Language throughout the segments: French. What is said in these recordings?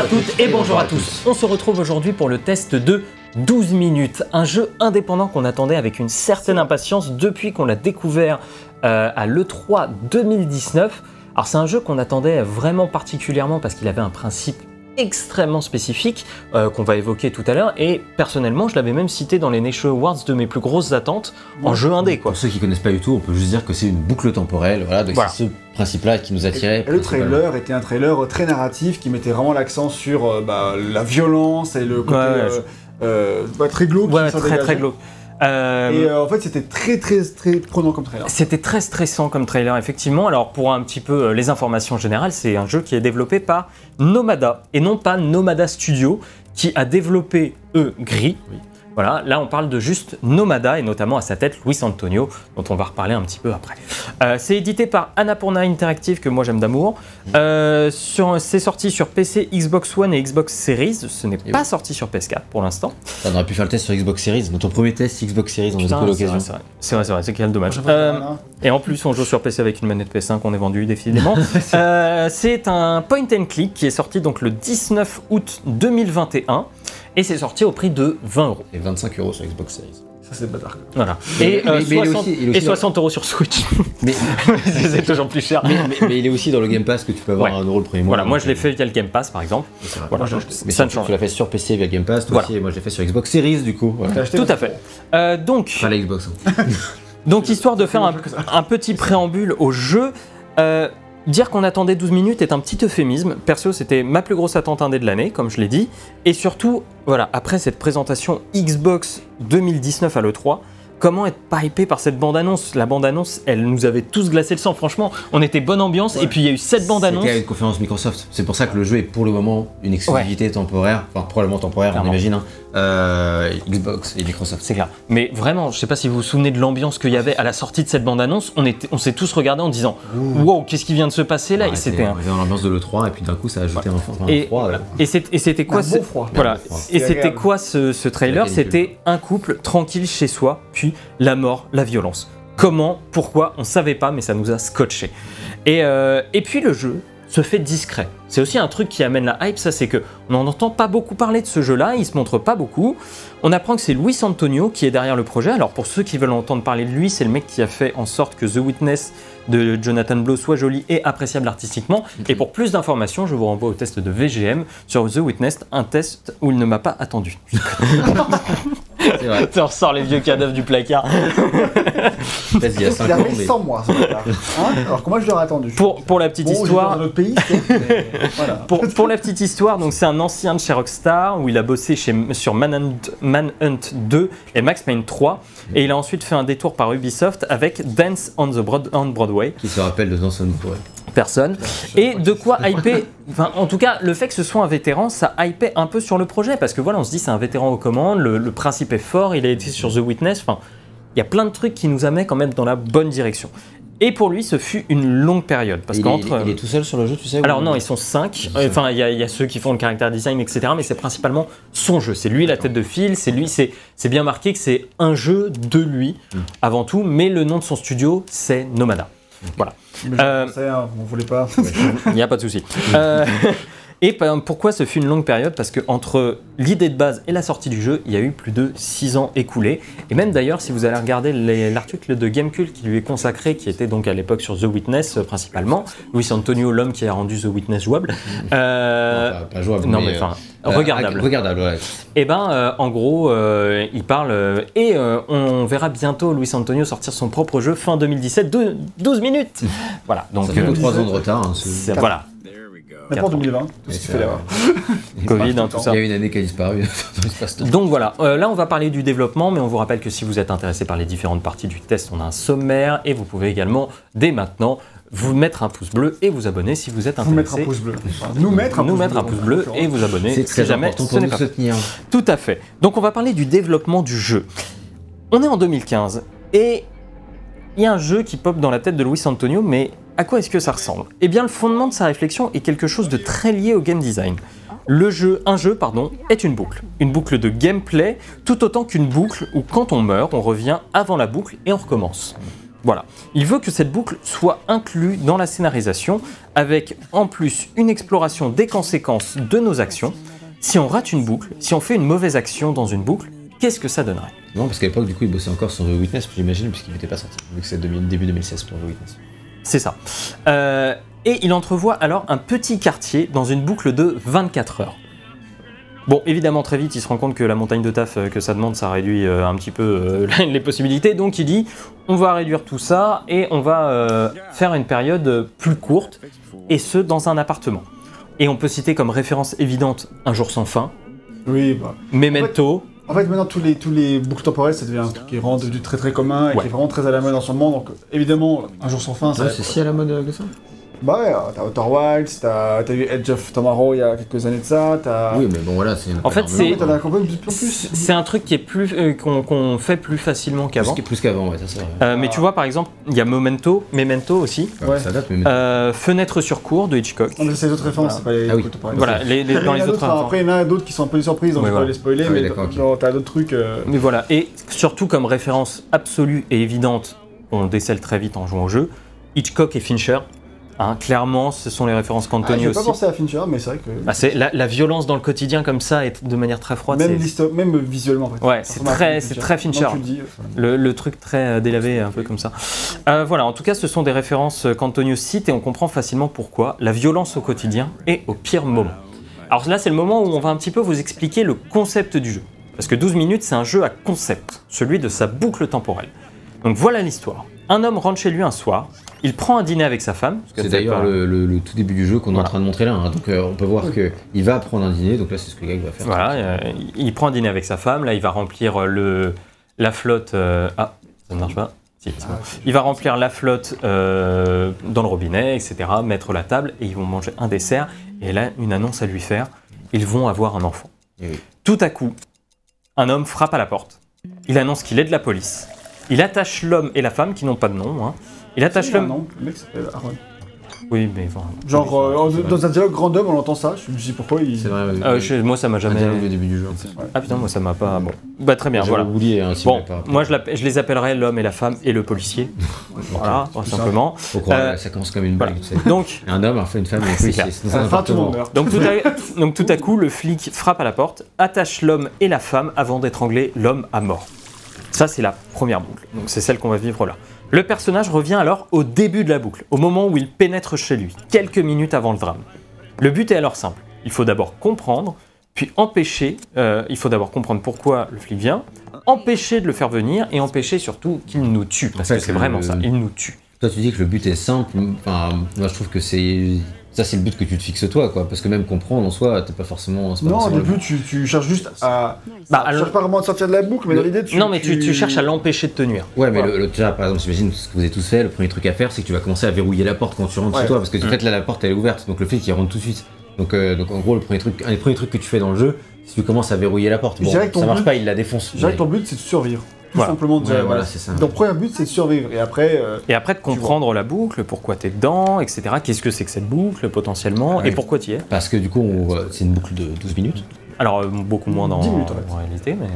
toutes et bonjour à tous. On se retrouve aujourd'hui pour le test de 12 minutes, un jeu indépendant qu'on attendait avec une certaine impatience depuis qu'on l'a découvert à l'E3 2019. Alors c'est un jeu qu'on attendait vraiment particulièrement parce qu'il avait un principe extrêmement spécifique qu'on va évoquer tout à l'heure, et personnellement je l'avais même cité dans les Nation Awards de mes plus grosses attentes en jeu indé quoi. Pour ceux qui connaissent pas du tout, on peut juste dire que c'est une boucle temporelle, voilà, donc c'est ce principe-là qui nous attirait. Et le trailer était un trailer très narratif qui mettait vraiment l'accent sur la violence et le côté très glauque. Très glauque. En fait c'était très prenant comme trailer. C'était très stressant comme trailer effectivement. Alors pour un petit peu les informations générales, c'est un jeu qui est développé par Nomada et non pas Nomada Studio qui a développé Gris. Oui. Voilà, là on parle de juste Nomada et notamment à sa tête Luis Antonio, dont on va reparler un petit peu après. C'est édité par Annapurna Interactive, que moi j'aime d'amour. C'est sorti sur PC, Xbox One et Xbox Series. Ce n'est pas sorti sur PS4 pour l'instant. On aurait pu faire le test sur Xbox Series, notre premier test Xbox Series, on a eu l'occasion. C'est vrai, c'est quel dommage. Et en plus on joue sur PC avec une manette PS5 qu'on est vendu décidément. C'est un point and click qui est sorti donc le 19 août 2021. Et c'est sorti au prix de 20€. Et 25€ sur Xbox Series. Ça c'est bâtard. Voilà. Et 60€ sur Switch. Mais c'est toujours plus cher. Mais il est aussi dans le Game Pass que tu peux avoir 1€ le premier mois. Voilà, moi je l'ai fait via le Game Pass par exemple. Voilà. Mais ça ne change. Tu l'as fait sur PC via Game Pass, toi aussi, et moi je l'ai fait sur Xbox Series du coup. Voilà. Tout à fait. Donc. Pas la Xbox. Donc histoire de faire un petit préambule au jeu. Dire qu'on attendait 12 minutes est un petit euphémisme. Perso, c'était ma plus grosse attente indé de l'année, comme je l'ai dit. Et surtout, voilà, après cette présentation Xbox 2019 à l'E3, comment être pas hypé par cette bande-annonce ? La bande-annonce, elle nous avait tous glacé le sang. Franchement, on était bonne ambiance. Ouais. Et puis il y a eu cette bande-annonce. C'était à une conférence Microsoft. C'est pour ça que le jeu est pour le moment une exclusivité temporaire. Enfin, probablement temporaire, clairement. On imagine. Xbox et Microsoft. C'est clair. Mais vraiment, je sais pas si vous vous souvenez de l'ambiance qu'il y avait à la sortie de cette bande-annonce. On s'est tous regardés en disant wow, qu'est-ce qui vient de se passer là ? Ouais, on était dans l'ambiance de l'E3 et puis d'un coup ça a ajouté un froid. Et c'était quoi ce froid ? Voilà. Et c'était quoi ce trailer ? C'était un couple tranquille chez soi, puis la mort, la violence. Comment, pourquoi, on savait pas, mais ça nous a scotché. Et puis le jeu se fait discret. C'est aussi un truc qui amène la hype, ça c'est que on n'en entend pas beaucoup parler de ce jeu-là, il se montre pas beaucoup. On apprend que c'est Luis Antonio qui est derrière le projet. Alors pour ceux qui veulent entendre parler de lui, c'est le mec qui a fait en sorte que The Witness de Jonathan Blow soit joli et appréciable artistiquement. Et pour plus d'informations, je vous renvoie au test de VGM sur The Witness, un test où il ne m'a pas attendu. C'est vrai. Tu ressors les vieux cadavres du placard. Peut-être il y a 5 ans, mais... 100 mois, ce placard. Alors que moi je l'aurais attendu. Pour la petite histoire... Dans notre pays, voilà. Pour la petite histoire, donc c'est un ancien de chez Rockstar où il a bossé sur Manhunt 2 et Max Payne 3 et il a ensuite fait un détour par Ubisoft avec Dance on Broadway. Qui se rappelle de Dance on Broadway. Personne. Et de quoi hyper, enfin en tout cas le fait que ce soit un vétéran, ça hypait un peu sur le projet parce que voilà, on se dit c'est un vétéran aux commandes, le principe est fort, il a été sur The Witness, enfin il y a plein de trucs qui nous amènent quand même dans la bonne direction. Et pour lui, ce fut une longue période. Parce il est tout seul sur le jeu, tu sais ? Alors non, ils sont 5. Enfin, il y a ceux qui font le character design, etc. Mais c'est principalement son jeu. C'est lui la tête de file. C'est lui. C'est bien marqué que c'est un jeu de lui avant tout. Mais le nom de son studio, c'est Nomada. Voilà. On voulait pas. Il n'y a pas de souci. Et pourquoi ce fut une longue période ? Parce qu'entre l'idée de base et la sortie du jeu, il y a eu plus de 6 ans écoulés. Et même d'ailleurs, si vous allez regarder l'article de Gamecult qui lui est consacré, qui était donc à l'époque sur The Witness principalement, Luis Antonio, l'homme qui a rendu The Witness jouable. Non, pas jouable, mais regardable. Regardable, ouais. Et en gros, il parle et on verra bientôt Luis Antonio sortir son propre jeu fin 2017, 12 minutes. Voilà. Donc ça fait 3 ans de retard. Voilà. Maintenant 2020, tout ce qui fait l'erreur. Covid, tout ça. Il y a une année qui a disparu. Donc voilà, là on va parler du développement, mais on vous rappelle que si vous êtes intéressé par les différentes parties du test, on a un sommaire et vous pouvez également, dès maintenant, vous mettre un pouce bleu et vous abonner si vous êtes intéressé. Vous mettre un pouce bleu. Nous mettre un pouce bleu et vous abonner. C'est très important pour nous soutenir. Tout à fait. Donc on va parler du développement du jeu. On est en 2015 et il y a un jeu qui pop dans la tête de Luis Antonio, mais à quoi est-ce que ça ressemble ? Eh bien, le fondement de sa réflexion est quelque chose de très lié au game design. Un jeu, est une boucle de gameplay, tout autant qu'une boucle où quand on meurt, on revient avant la boucle et on recommence. Voilà. Il veut que cette boucle soit inclue dans la scénarisation, avec en plus une exploration des conséquences de nos actions. Si on rate une boucle, si on fait une mauvaise action dans une boucle, qu'est-ce que ça donnerait ? Non, parce qu'à l'époque, du coup, il bossait encore sur The Witness, j'imagine, puisqu'il n'était pas sorti, vu que c'est début 2016 pour The Witness. C'est ça. Et il entrevoit alors un petit quartier dans une boucle de 24 heures. Bon, évidemment, très vite, il se rend compte que la montagne de taf que ça demande, ça réduit un petit peu les possibilités. Donc il dit, on va réduire tout ça et on va faire une période plus courte, et ce, dans un appartement. Et on peut citer comme référence évidente Un jour sans fin, oui, bah. Memento. En fait, maintenant, tous les boucles temporelles, ça devient un truc qui est vraiment devenu très très commun et qui est vraiment très à la mode en ce moment. Donc, évidemment, Un jour sans fin, c'est si à la mode que ça. Bah ouais, t'as Outer Wilds, t'as eu Edge of Tomorrow il y a quelques années de ça, t'as... Oui, mais bon, voilà, c'est... En fait, c'est un truc qui est plus qu'on fait plus facilement qu'avant. Plus qu'avant, ouais, ça c'est vrai. Mais tu vois, par exemple, il y a Memento aussi. Ouais. Ça date, Memento. Fenêtre sur cour de Hitchcock. Non, mais c'est les autres références, c'est pas les boucles temporelles. Voilà, dans les autres... Après, il y en a d'autres qui sont un peu des surprises, donc je peux pas les spoiler, mais t'as d'autres trucs... Mais voilà, et surtout comme référence absolue et évidente, on décèle très vite en jouant au jeu, Hitchcock et Fincher. Hein, clairement, ce sont les références qu'Anthony aussi. Je n'ai pas pensé à Fincher, mais c'est vrai que... c'est la violence dans le quotidien comme ça, et de manière très froide. Même visuellement, en fait. Ouais, c'est très Fincher. Le truc très délavé, un peu comme ça. Voilà, en tout cas, ce sont des références qu'Antonio cite, et on comprend facilement pourquoi. La violence au quotidien est au pire moment. Alors là, c'est le moment où on va un petit peu vous expliquer le concept du jeu. Parce que 12 minutes, c'est un jeu à concept, celui de sa boucle temporelle. Donc voilà l'histoire. Un homme rentre chez lui un soir, il prend un dîner avec sa femme. C'est d'ailleurs le tout début du jeu qu'on est en train de montrer là. Hein. Donc on peut voir qu'il va prendre un dîner, donc là c'est ce que le gars va faire. Voilà, il prend un dîner avec sa femme, là il va remplir la flotte... Ah, ça ne marche pas. Si, c'est bon. Il va remplir la flotte dans le robinet, etc., mettre la table, et ils vont manger un dessert. Et là, une annonce à lui faire, ils vont avoir un enfant. Oui. Tout à coup, un homme frappe à la porte, il annonce qu'il est de la police. Il attache l'homme et la femme, qui n'ont pas de nom. Hein. Il attache l'homme... Non, le mec s'appelle Aaron. Oui, mais... Enfin, genre, dans un dialogue random, on entend ça. Je me dis pourquoi il... C'est vrai, moi, ça m'a jamais... au début du jeu. Ouais. Ah putain, moi, ça m'a pas... Bon, bah très bien, voilà. Oublié, hein, bon, moi, je les appellerai l'homme et la femme et le policier. Voilà, tout simplement. Faut croire, ça commence comme une blague. Voilà. Donc, un homme, enfin une femme, et un policier. C'est un appartement. Donc tout à coup, le flic frappe à la porte, attache l'homme et la femme avant d'étrangler l'homme à mort. Ça, c'est la première boucle. Donc c'est celle qu'on va vivre là. Le personnage revient alors au début de la boucle, au moment où il pénètre chez lui, quelques minutes avant le drame. Le but est alors simple. Il faut d'abord comprendre, puis empêcher. Il faut d'abord comprendre pourquoi le flic vient, empêcher de le faire venir et empêcher surtout qu'il nous tue. Parce que c'est vraiment ça, il nous tue. Toi, tu dis que le but est simple. Enfin, moi, je trouve que c'est... Ça, c'est le but que tu te fixes toi, quoi. Parce que même comprendre en soi, t'es pas forcément... Non, au début, tu cherches juste à... tu cherches pas vraiment de sortir de la boucle, mais dans l'idée, tu cherches à l'empêcher de te nuire. Ouais, mais déjà, par exemple, j'imagine ce que vous avez tous fait, le premier truc à faire, c'est que tu vas commencer à verrouiller la porte quand tu rentres chez toi. Parce que, en fait, là, la porte, elle est ouverte. Donc, le fait qu'il rentre tout de suite. Donc en gros, un des premiers trucs que tu fais dans le jeu, si tu commences à verrouiller la porte, bon, ça marche pas, il la défonce. Je dirais que ton but, c'est de survivre. Tout simplement déjà. Voilà, c'est ça. Donc, premier but, c'est de survivre. Et après de comprendre la boucle, pourquoi t'es dedans, etc. Qu'est-ce que c'est que cette boucle, potentiellement, et pourquoi t'y es. Parce que du coup, c'est une boucle de 12 minutes. Alors, beaucoup moins dans 10 minutes, en réalité, mais...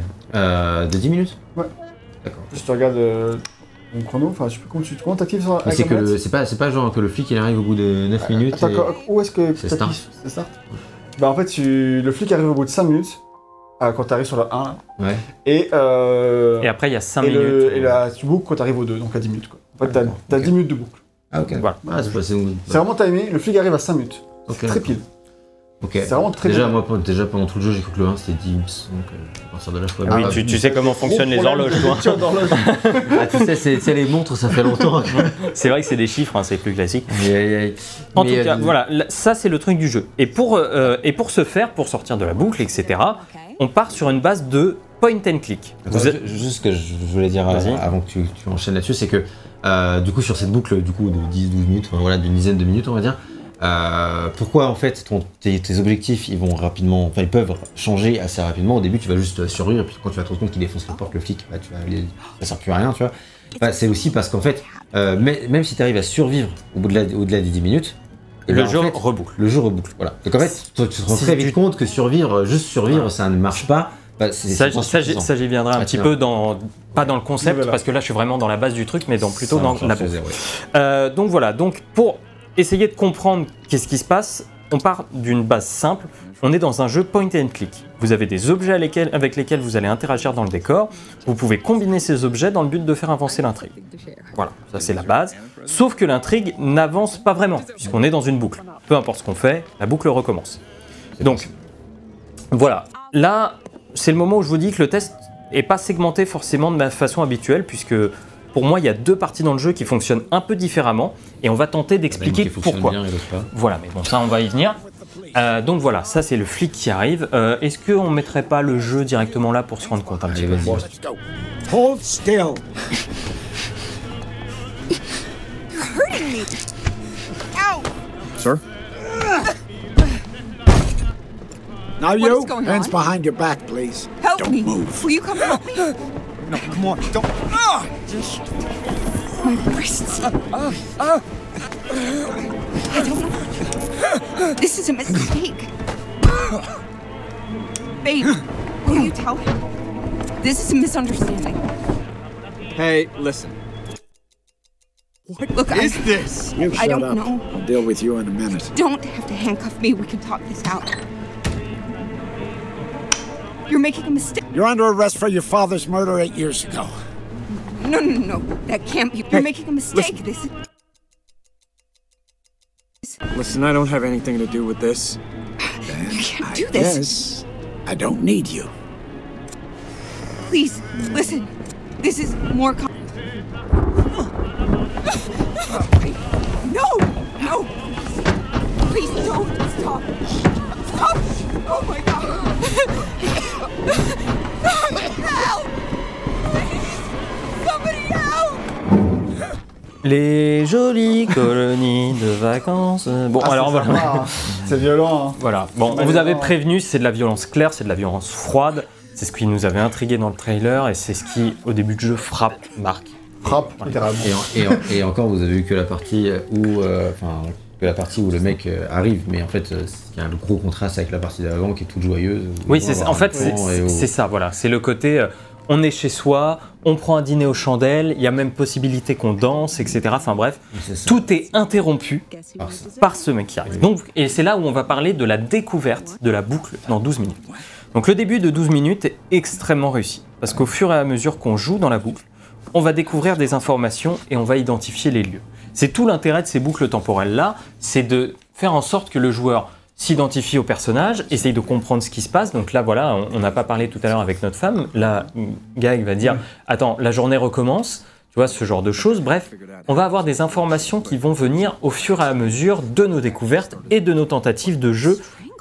De 10 minutes. Ouais. D'accord. Si tu regardes mon chrono, enfin, je sais plus comment t'actives sur la c'est pas genre que le flic, il arrive au bout de 9 minutes. Attends, où est-ce que c'est start. C'est start. Bah, en fait, le flic arrive au bout de 5 minutes. Quand tu arrives sur la 1. Ouais. Et après, il y a 5 minutes. Et là, tu boucles quand tu arrives au 2, donc à 10 minutes. Quoi. En fait, t'as 10 minutes de boucle. Ah, ok. Voilà. Ah, c'est vraiment timé, le flic arrive à 5 minutes. Okay. Très pile. Ok. C'est vraiment très déjà, pile. Moi, pendant tout le jeu, j'ai cru que le 1 c'était 10 minutes. Donc, à partir de là, je peux pas. Oui, tu sais comment fonctionnent les horloges, toi. Ah, tu sais, c'est les montres, ça fait longtemps. C'est vrai que c'est des chiffres, hein, c'est plus classique. En tout cas, voilà, ça c'est le truc du jeu. Et pour ce faire, pour sortir de la boucle, etc., on part sur une base de point and click. Juste ce que je voulais dire avant que tu enchaînes là-dessus, c'est que du coup sur cette boucle du coup de 10-12 minutes, voilà, d'une dizaine de minutes on va dire, pourquoi en fait tes objectifs ils vont rapidement, enfin ils peuvent changer assez rapidement. Au début tu vas juste survivre, et puis quand tu vas te rendre compte qu'il défonce la porte, le flic, bah, ça sert plus à rien, tu vois. Enfin, c'est aussi parce qu'en fait, même si tu arrives à survivre au-delà des 10 minutes, le jeu reboucle. Le jeu reboucle, voilà. Donc en fait, tu te rends très vite compte que juste survivre, ça ne marche pas. Ça, j'y viendrai un petit peu pas dans le concept, parce que là je suis vraiment dans la base du truc, mais plutôt dans la base. Donc voilà, pour essayer de comprendre qu'est-ce qui se passe, on part d'une base simple. On est dans un jeu point and click. Vous avez des objets avec lesquels vous allez interagir dans le décor. Vous pouvez combiner ces objets dans le but de faire avancer l'intrigue. Voilà, ça c'est la base. Sauf que l'intrigue n'avance pas vraiment, puisqu'on est dans une boucle. Peu importe ce qu'on fait, la boucle recommence. Donc, voilà. Là, c'est le moment où je vous dis que le test n'est pas segmenté forcément de ma façon habituelle, puisque pour moi, il y a 2 parties dans le jeu qui fonctionnent un peu différemment, et on va tenter d'expliquer pourquoi. Voilà, mais bon, ça, on va y venir. Donc voilà, ça c'est le flic qui arrive. Est-ce qu'on mettrait pas le jeu directement là pour se rendre compte un petit peu? Hold still. Sir? Now you, hands behind your back, please. Help me. Will you come help me? No, come on, don't. Just my wrists. I don't know. This is a mistake. Babe, will you tell him? This is a misunderstanding. Hey, listen. Look, Is this? You I shut don't up. know. I'll deal with you in a minute. Don't have to handcuff me. We can talk this out. You're making a mistake. You're under arrest for your father's murder 8 years ago. No. That can't be. You're making a mistake. This. Listen, I don't have anything to do with this. You can't do this. Yes, I don't need you. Please, listen. This is more. No. Please don't stop. Stop. Oh my God. Help. Please. Somebody help. Les jolies colonies de vacances. Bon, alors voilà. Sympa, hein. C'est violent. Hein. Voilà. Bon, on vous avait prévenu, c'est de la violence claire, c'est de la violence froide. C'est ce qui nous avait intrigué dans le trailer et c'est ce qui, au début du jeu, frappe Marc. Frappe, littéralement. Et encore, vous avez vu que la partie où, le mec arrive, mais en fait, il y a un gros contraste avec la partie d'avant qui est toute joyeuse. Oui, c'est en fait, c'est ça, voilà. C'est le côté, on est chez soi, on prend un dîner aux chandelles, il y a même possibilité qu'on danse, etc. Enfin bref, tout est interrompu par ce mec qui arrive. Donc, et c'est là où on va parler de la découverte de la boucle dans 12 minutes. Donc le début de 12 minutes est extrêmement réussi, parce qu'au fur et à mesure qu'on joue dans la boucle, on va découvrir des informations et on va identifier les lieux. C'est tout l'intérêt de ces boucles temporelles-là, c'est de faire en sorte que le joueur s'identifie au personnage, essaye de comprendre ce qui se passe. Donc là, voilà, on n'a pas parlé tout à l'heure avec notre femme. Là, Gag va dire « Attends, la journée recommence », tu vois, ce genre de choses. Bref, on va avoir des informations qui vont venir au fur et à mesure de nos découvertes et de nos tentatives de jeu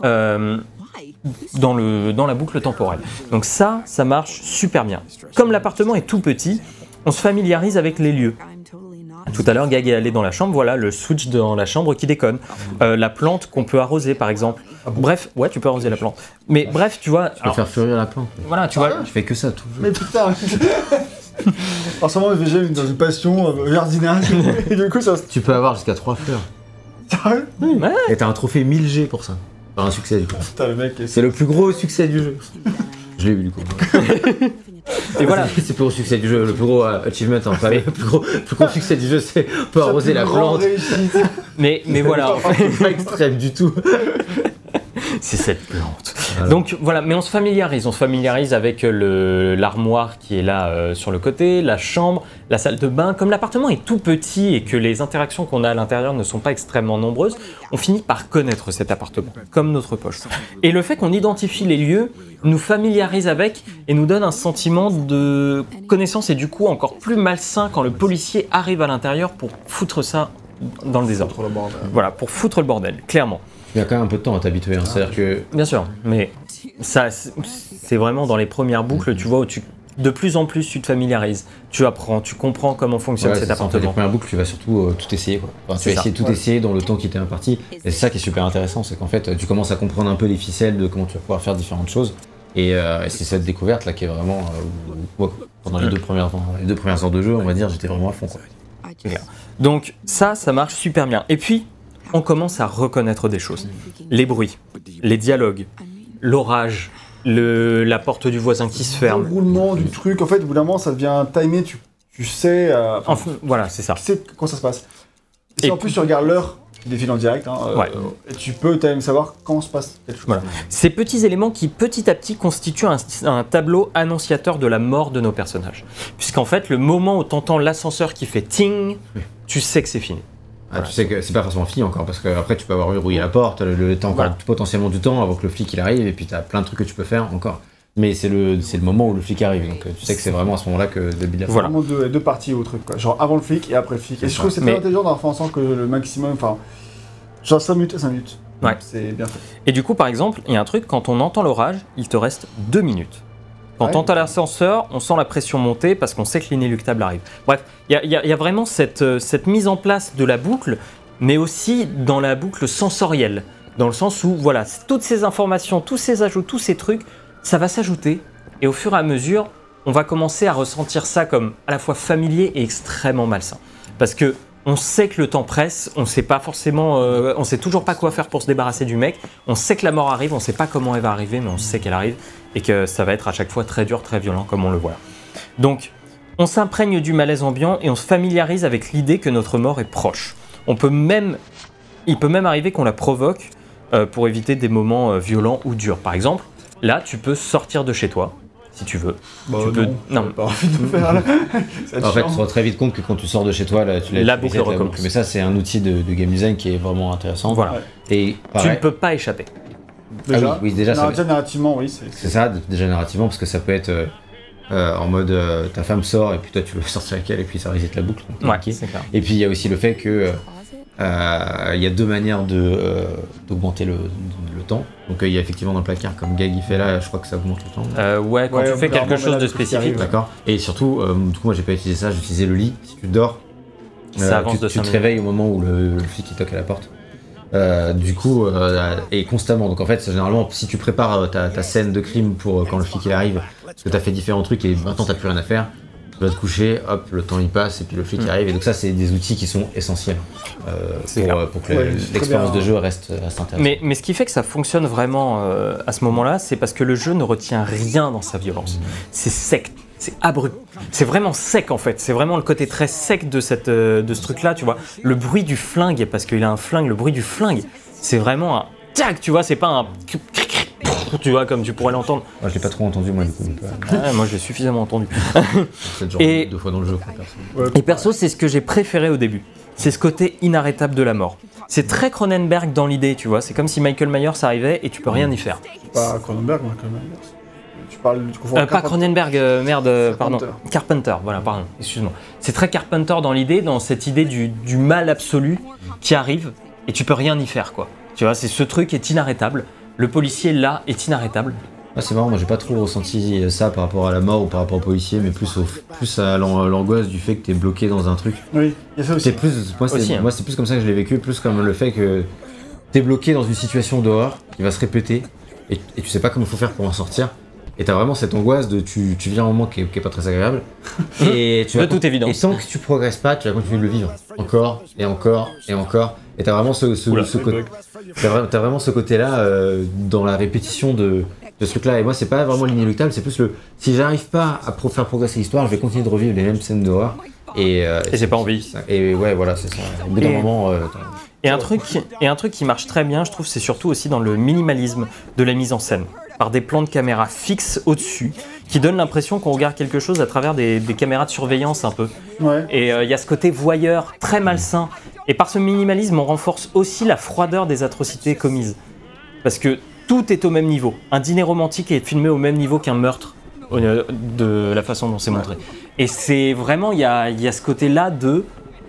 dans la boucle temporelle. Donc ça marche super bien. Comme l'appartement est tout petit, on se familiarise avec les lieux. Tout à l'heure, Gag est allé dans la chambre, voilà le switch dans la chambre qui déconne. La plante qu'on peut arroser, par exemple. Bref, ouais, tu peux arroser la plante. Mais bref, tu vois... Tu peux faire fleurir la plante. Voilà, tu vois... Je fais que ça tout. Mais putain. En ce moment, j'ai dans une passion jardinage. Et du coup, ça... Tu peux avoir jusqu'à 3 fleurs. Sérieux? Ouais. Et t'as un trophée 1000G pour ça. Enfin, un succès du coup. Putain, le mec... C'est le plus gros succès du jeu. Je l'ai eu du coup. Et voilà. C'est le plus gros succès du jeu, le plus gros achievement, enfin, le plus gros succès du jeu, c'est on peut arroser la plante. Mais voilà, en fait, C'est pas extrême du tout. c'est cette plante. Voilà. Donc voilà, mais on se familiarise avec l'armoire qui est là sur le côté, la chambre, la salle de bain. Comme l'appartement est tout petit et que les interactions qu'on a à l'intérieur ne sont pas extrêmement nombreuses, on finit par connaître cet appartement, comme notre poche. Et le fait qu'on identifie les lieux nous familiarise avec et nous donne un sentiment de connaissance et du coup encore plus malsain quand le policier arrive à l'intérieur pour foutre ça dans le désordre. Voilà, pour foutre le bordel, clairement. Il y a quand même un peu de temps à t'habituer, hein. C'est-à-dire que... Bien sûr, mais ça, c'est vraiment dans les premières boucles, tu vois, où de plus en plus tu te familiarises, tu apprends, tu comprends comment fonctionne cet appartement. Dans les premières boucles, tu vas surtout tout essayer, quoi. Enfin, tu vas essayer de tout essayer dans le temps qui t'est imparti. Et c'est ça qui est super intéressant, c'est qu'en fait, tu commences à comprendre un peu les ficelles de comment tu vas pouvoir faire différentes choses. Et c'est cette découverte là qui est vraiment... pendant les deux premières heures de jeu, on va dire, j'étais vraiment à fond, quoi. Donc ça marche super bien. Et puis, on commence à reconnaître des choses. Les bruits, les dialogues, l'orage, la porte du voisin qui se ferme. Le roulement du truc, en fait, au bout d'un moment, ça devient timé, tu sais... voilà, c'est ça. Tu sais quand ça se passe. Et si en plus tu regardes l'heure qui défile en direct, et tu peux même savoir quand se passe quelque chose. Voilà. Ces petits éléments qui, petit à petit, constituent un tableau annonciateur de la mort de nos personnages. Puisqu'en fait, le moment où tu entends l'ascenseur qui fait ting, tu sais que c'est fini. Voilà. Tu sais que c'est pas forcément fini encore, parce qu'après tu peux avoir verrouillé la porte, le temps encore potentiellement du temps avant que le flic il arrive, et puis tu as plein de trucs que tu peux faire encore. Mais c'est le moment où le flic arrive, donc tu sais que c'est vraiment à ce moment-là que le début de la fin. Voilà. Vraiment deux parties au truc, quoi. Genre avant le flic et après le flic. Et je trouve que c'est très intelligent d'avoir fait en sorte que le maximum, genre 5 minutes et 5 minutes. Ouais. C'est bien fait. Et du coup, par exemple, il y a un truc, quand on entend l'orage, il te reste 2 minutes. Quand on entend l'ascenseur, on sent la pression monter parce qu'on sait que l'inéluctable arrive. Bref, il y a vraiment cette mise en place de la boucle, mais aussi dans la boucle sensorielle. Dans le sens où, voilà, toutes ces informations, tous ces ajouts, tous ces trucs, ça va s'ajouter. Et au fur et à mesure, on va commencer à ressentir ça comme à la fois familier et extrêmement malsain. Parce que on sait que le temps presse, on sait pas forcément, on sait toujours pas quoi faire pour se débarrasser du mec. On sait que la mort arrive, on sait pas comment elle va arriver, mais on sait qu'elle arrive et que ça va être à chaque fois très dur, très violent, comme on le voit. Donc, on s'imprègne du malaise ambiant et on se familiarise avec l'idée que notre mort est proche. Il peut même arriver qu'on la provoque pour éviter des moments violents ou durs. Par exemple, là, tu peux sortir de chez toi. Si tu veux. Non. Pas envie de le faire là. En fait, tu te rends très vite compte que quand tu sors de chez toi, là, la boucle recommence. Mais ça, c'est un outil de game design qui est vraiment intéressant. Voilà. Ouais. Et tu ne peux pas échapper. Déjà, déjà narrativement, oui. C'est ça, déjà narrativement, parce que ça peut être en mode ta femme sort et puis toi tu veux sortir avec elle et puis ça reset la boucle. Ouais, c'est clair. Et puis il y a aussi le fait que il y a deux manières d'augmenter le temps. Donc il y a effectivement dans le placard, comme Gag il fait là, je crois que ça augmente le temps. Quand tu fais quelque chose de spécifique. D'accord. Et surtout, du coup moi j'ai pas utilisé ça, j'ai utilisé le lit. Si tu dors, ça avance de 5 tu te réveilles au moment où le flic il toque à la porte. Du coup, et constamment. Donc en fait, généralement, si tu prépares ta scène de crime pour quand le flic il arrive, parce que t'as fait différents trucs et maintenant t'as plus rien à faire, tu vas te coucher, hop, le temps il passe et puis le flic il arrive. Et donc ça, c'est des outils qui sont essentiels pour que l'expérience de jeu reste intéressante. Mais ce qui fait que ça fonctionne vraiment à ce moment-là, c'est parce que le jeu ne retient rien dans sa violence. C'est sec. C'est abrupt. C'est vraiment sec en fait. C'est vraiment le côté très sec de ce truc-là, tu vois. Le bruit du flingue, parce qu'il a un flingue, le bruit du flingue, c'est vraiment un tac, tu vois, c'est pas un tu vois, comme tu pourrais l'entendre. Moi, je l'ai pas trop entendu, moi, du coup. Moi, je l'ai suffisamment entendu. C'est genre 2 fois dans le jeu, perso. Et perso, c'est ce que j'ai préféré au début. C'est ce côté inarrêtable de la mort. C'est très Cronenberg dans l'idée, tu vois. C'est comme si Michael Myers arrivait et tu peux rien y faire. Pas Cronenberg, Michael Myers. Pas Cronenberg, pardon. Carpenter, voilà, pardon, excuse-moi. C'est très Carpenter dans l'idée, dans cette idée du mal absolu qui arrive et tu peux rien y faire, quoi. Tu vois, c'est ce truc est inarrêtable. Le policier, là, est inarrêtable. Ah, c'est marrant, moi j'ai pas trop ressenti ça par rapport à la mort ou par rapport au policier, mais plus à l'angoisse du fait que t'es bloqué dans un truc. Oui, il y a ça aussi. Moi, c'est plus comme ça que je l'ai vécu, plus comme le fait que t'es bloqué dans une situation d'horreur qui va se répéter et tu sais pas comment faut faire pour en sortir. Et t'as vraiment cette angoisse de tu vis un moment qui est pas très agréable. Et tu de toute évidence. Et tant que tu progresses pas, tu vas continuer de le vivre. Encore, et encore, et encore. Et t'as vraiment t'as vraiment ce côté-là dans la répétition de ce truc-là. Et moi, c'est pas vraiment l'inéluctable, c'est plus si j'arrive pas à faire progresser l'histoire, je vais continuer de revivre les mêmes scènes d'horreur. Et j'ai pas envie. Et ouais, voilà, c'est ça. Au bout d'un moment. Et un truc qui marche très bien, je trouve, c'est surtout aussi dans le minimalisme de la mise en scène. Par des plans de caméra fixes au-dessus, qui donnent l'impression qu'on regarde quelque chose à travers des caméras de surveillance un peu. Ouais. Et il y a ce côté voyeur très malsain. Et par ce minimalisme, on renforce aussi la froideur des atrocités commises. Parce que tout est au même niveau. Un dîner romantique est filmé au même niveau qu'un meurtre, de la façon dont c'est montré. Et c'est vraiment, il y a ce côté-là de...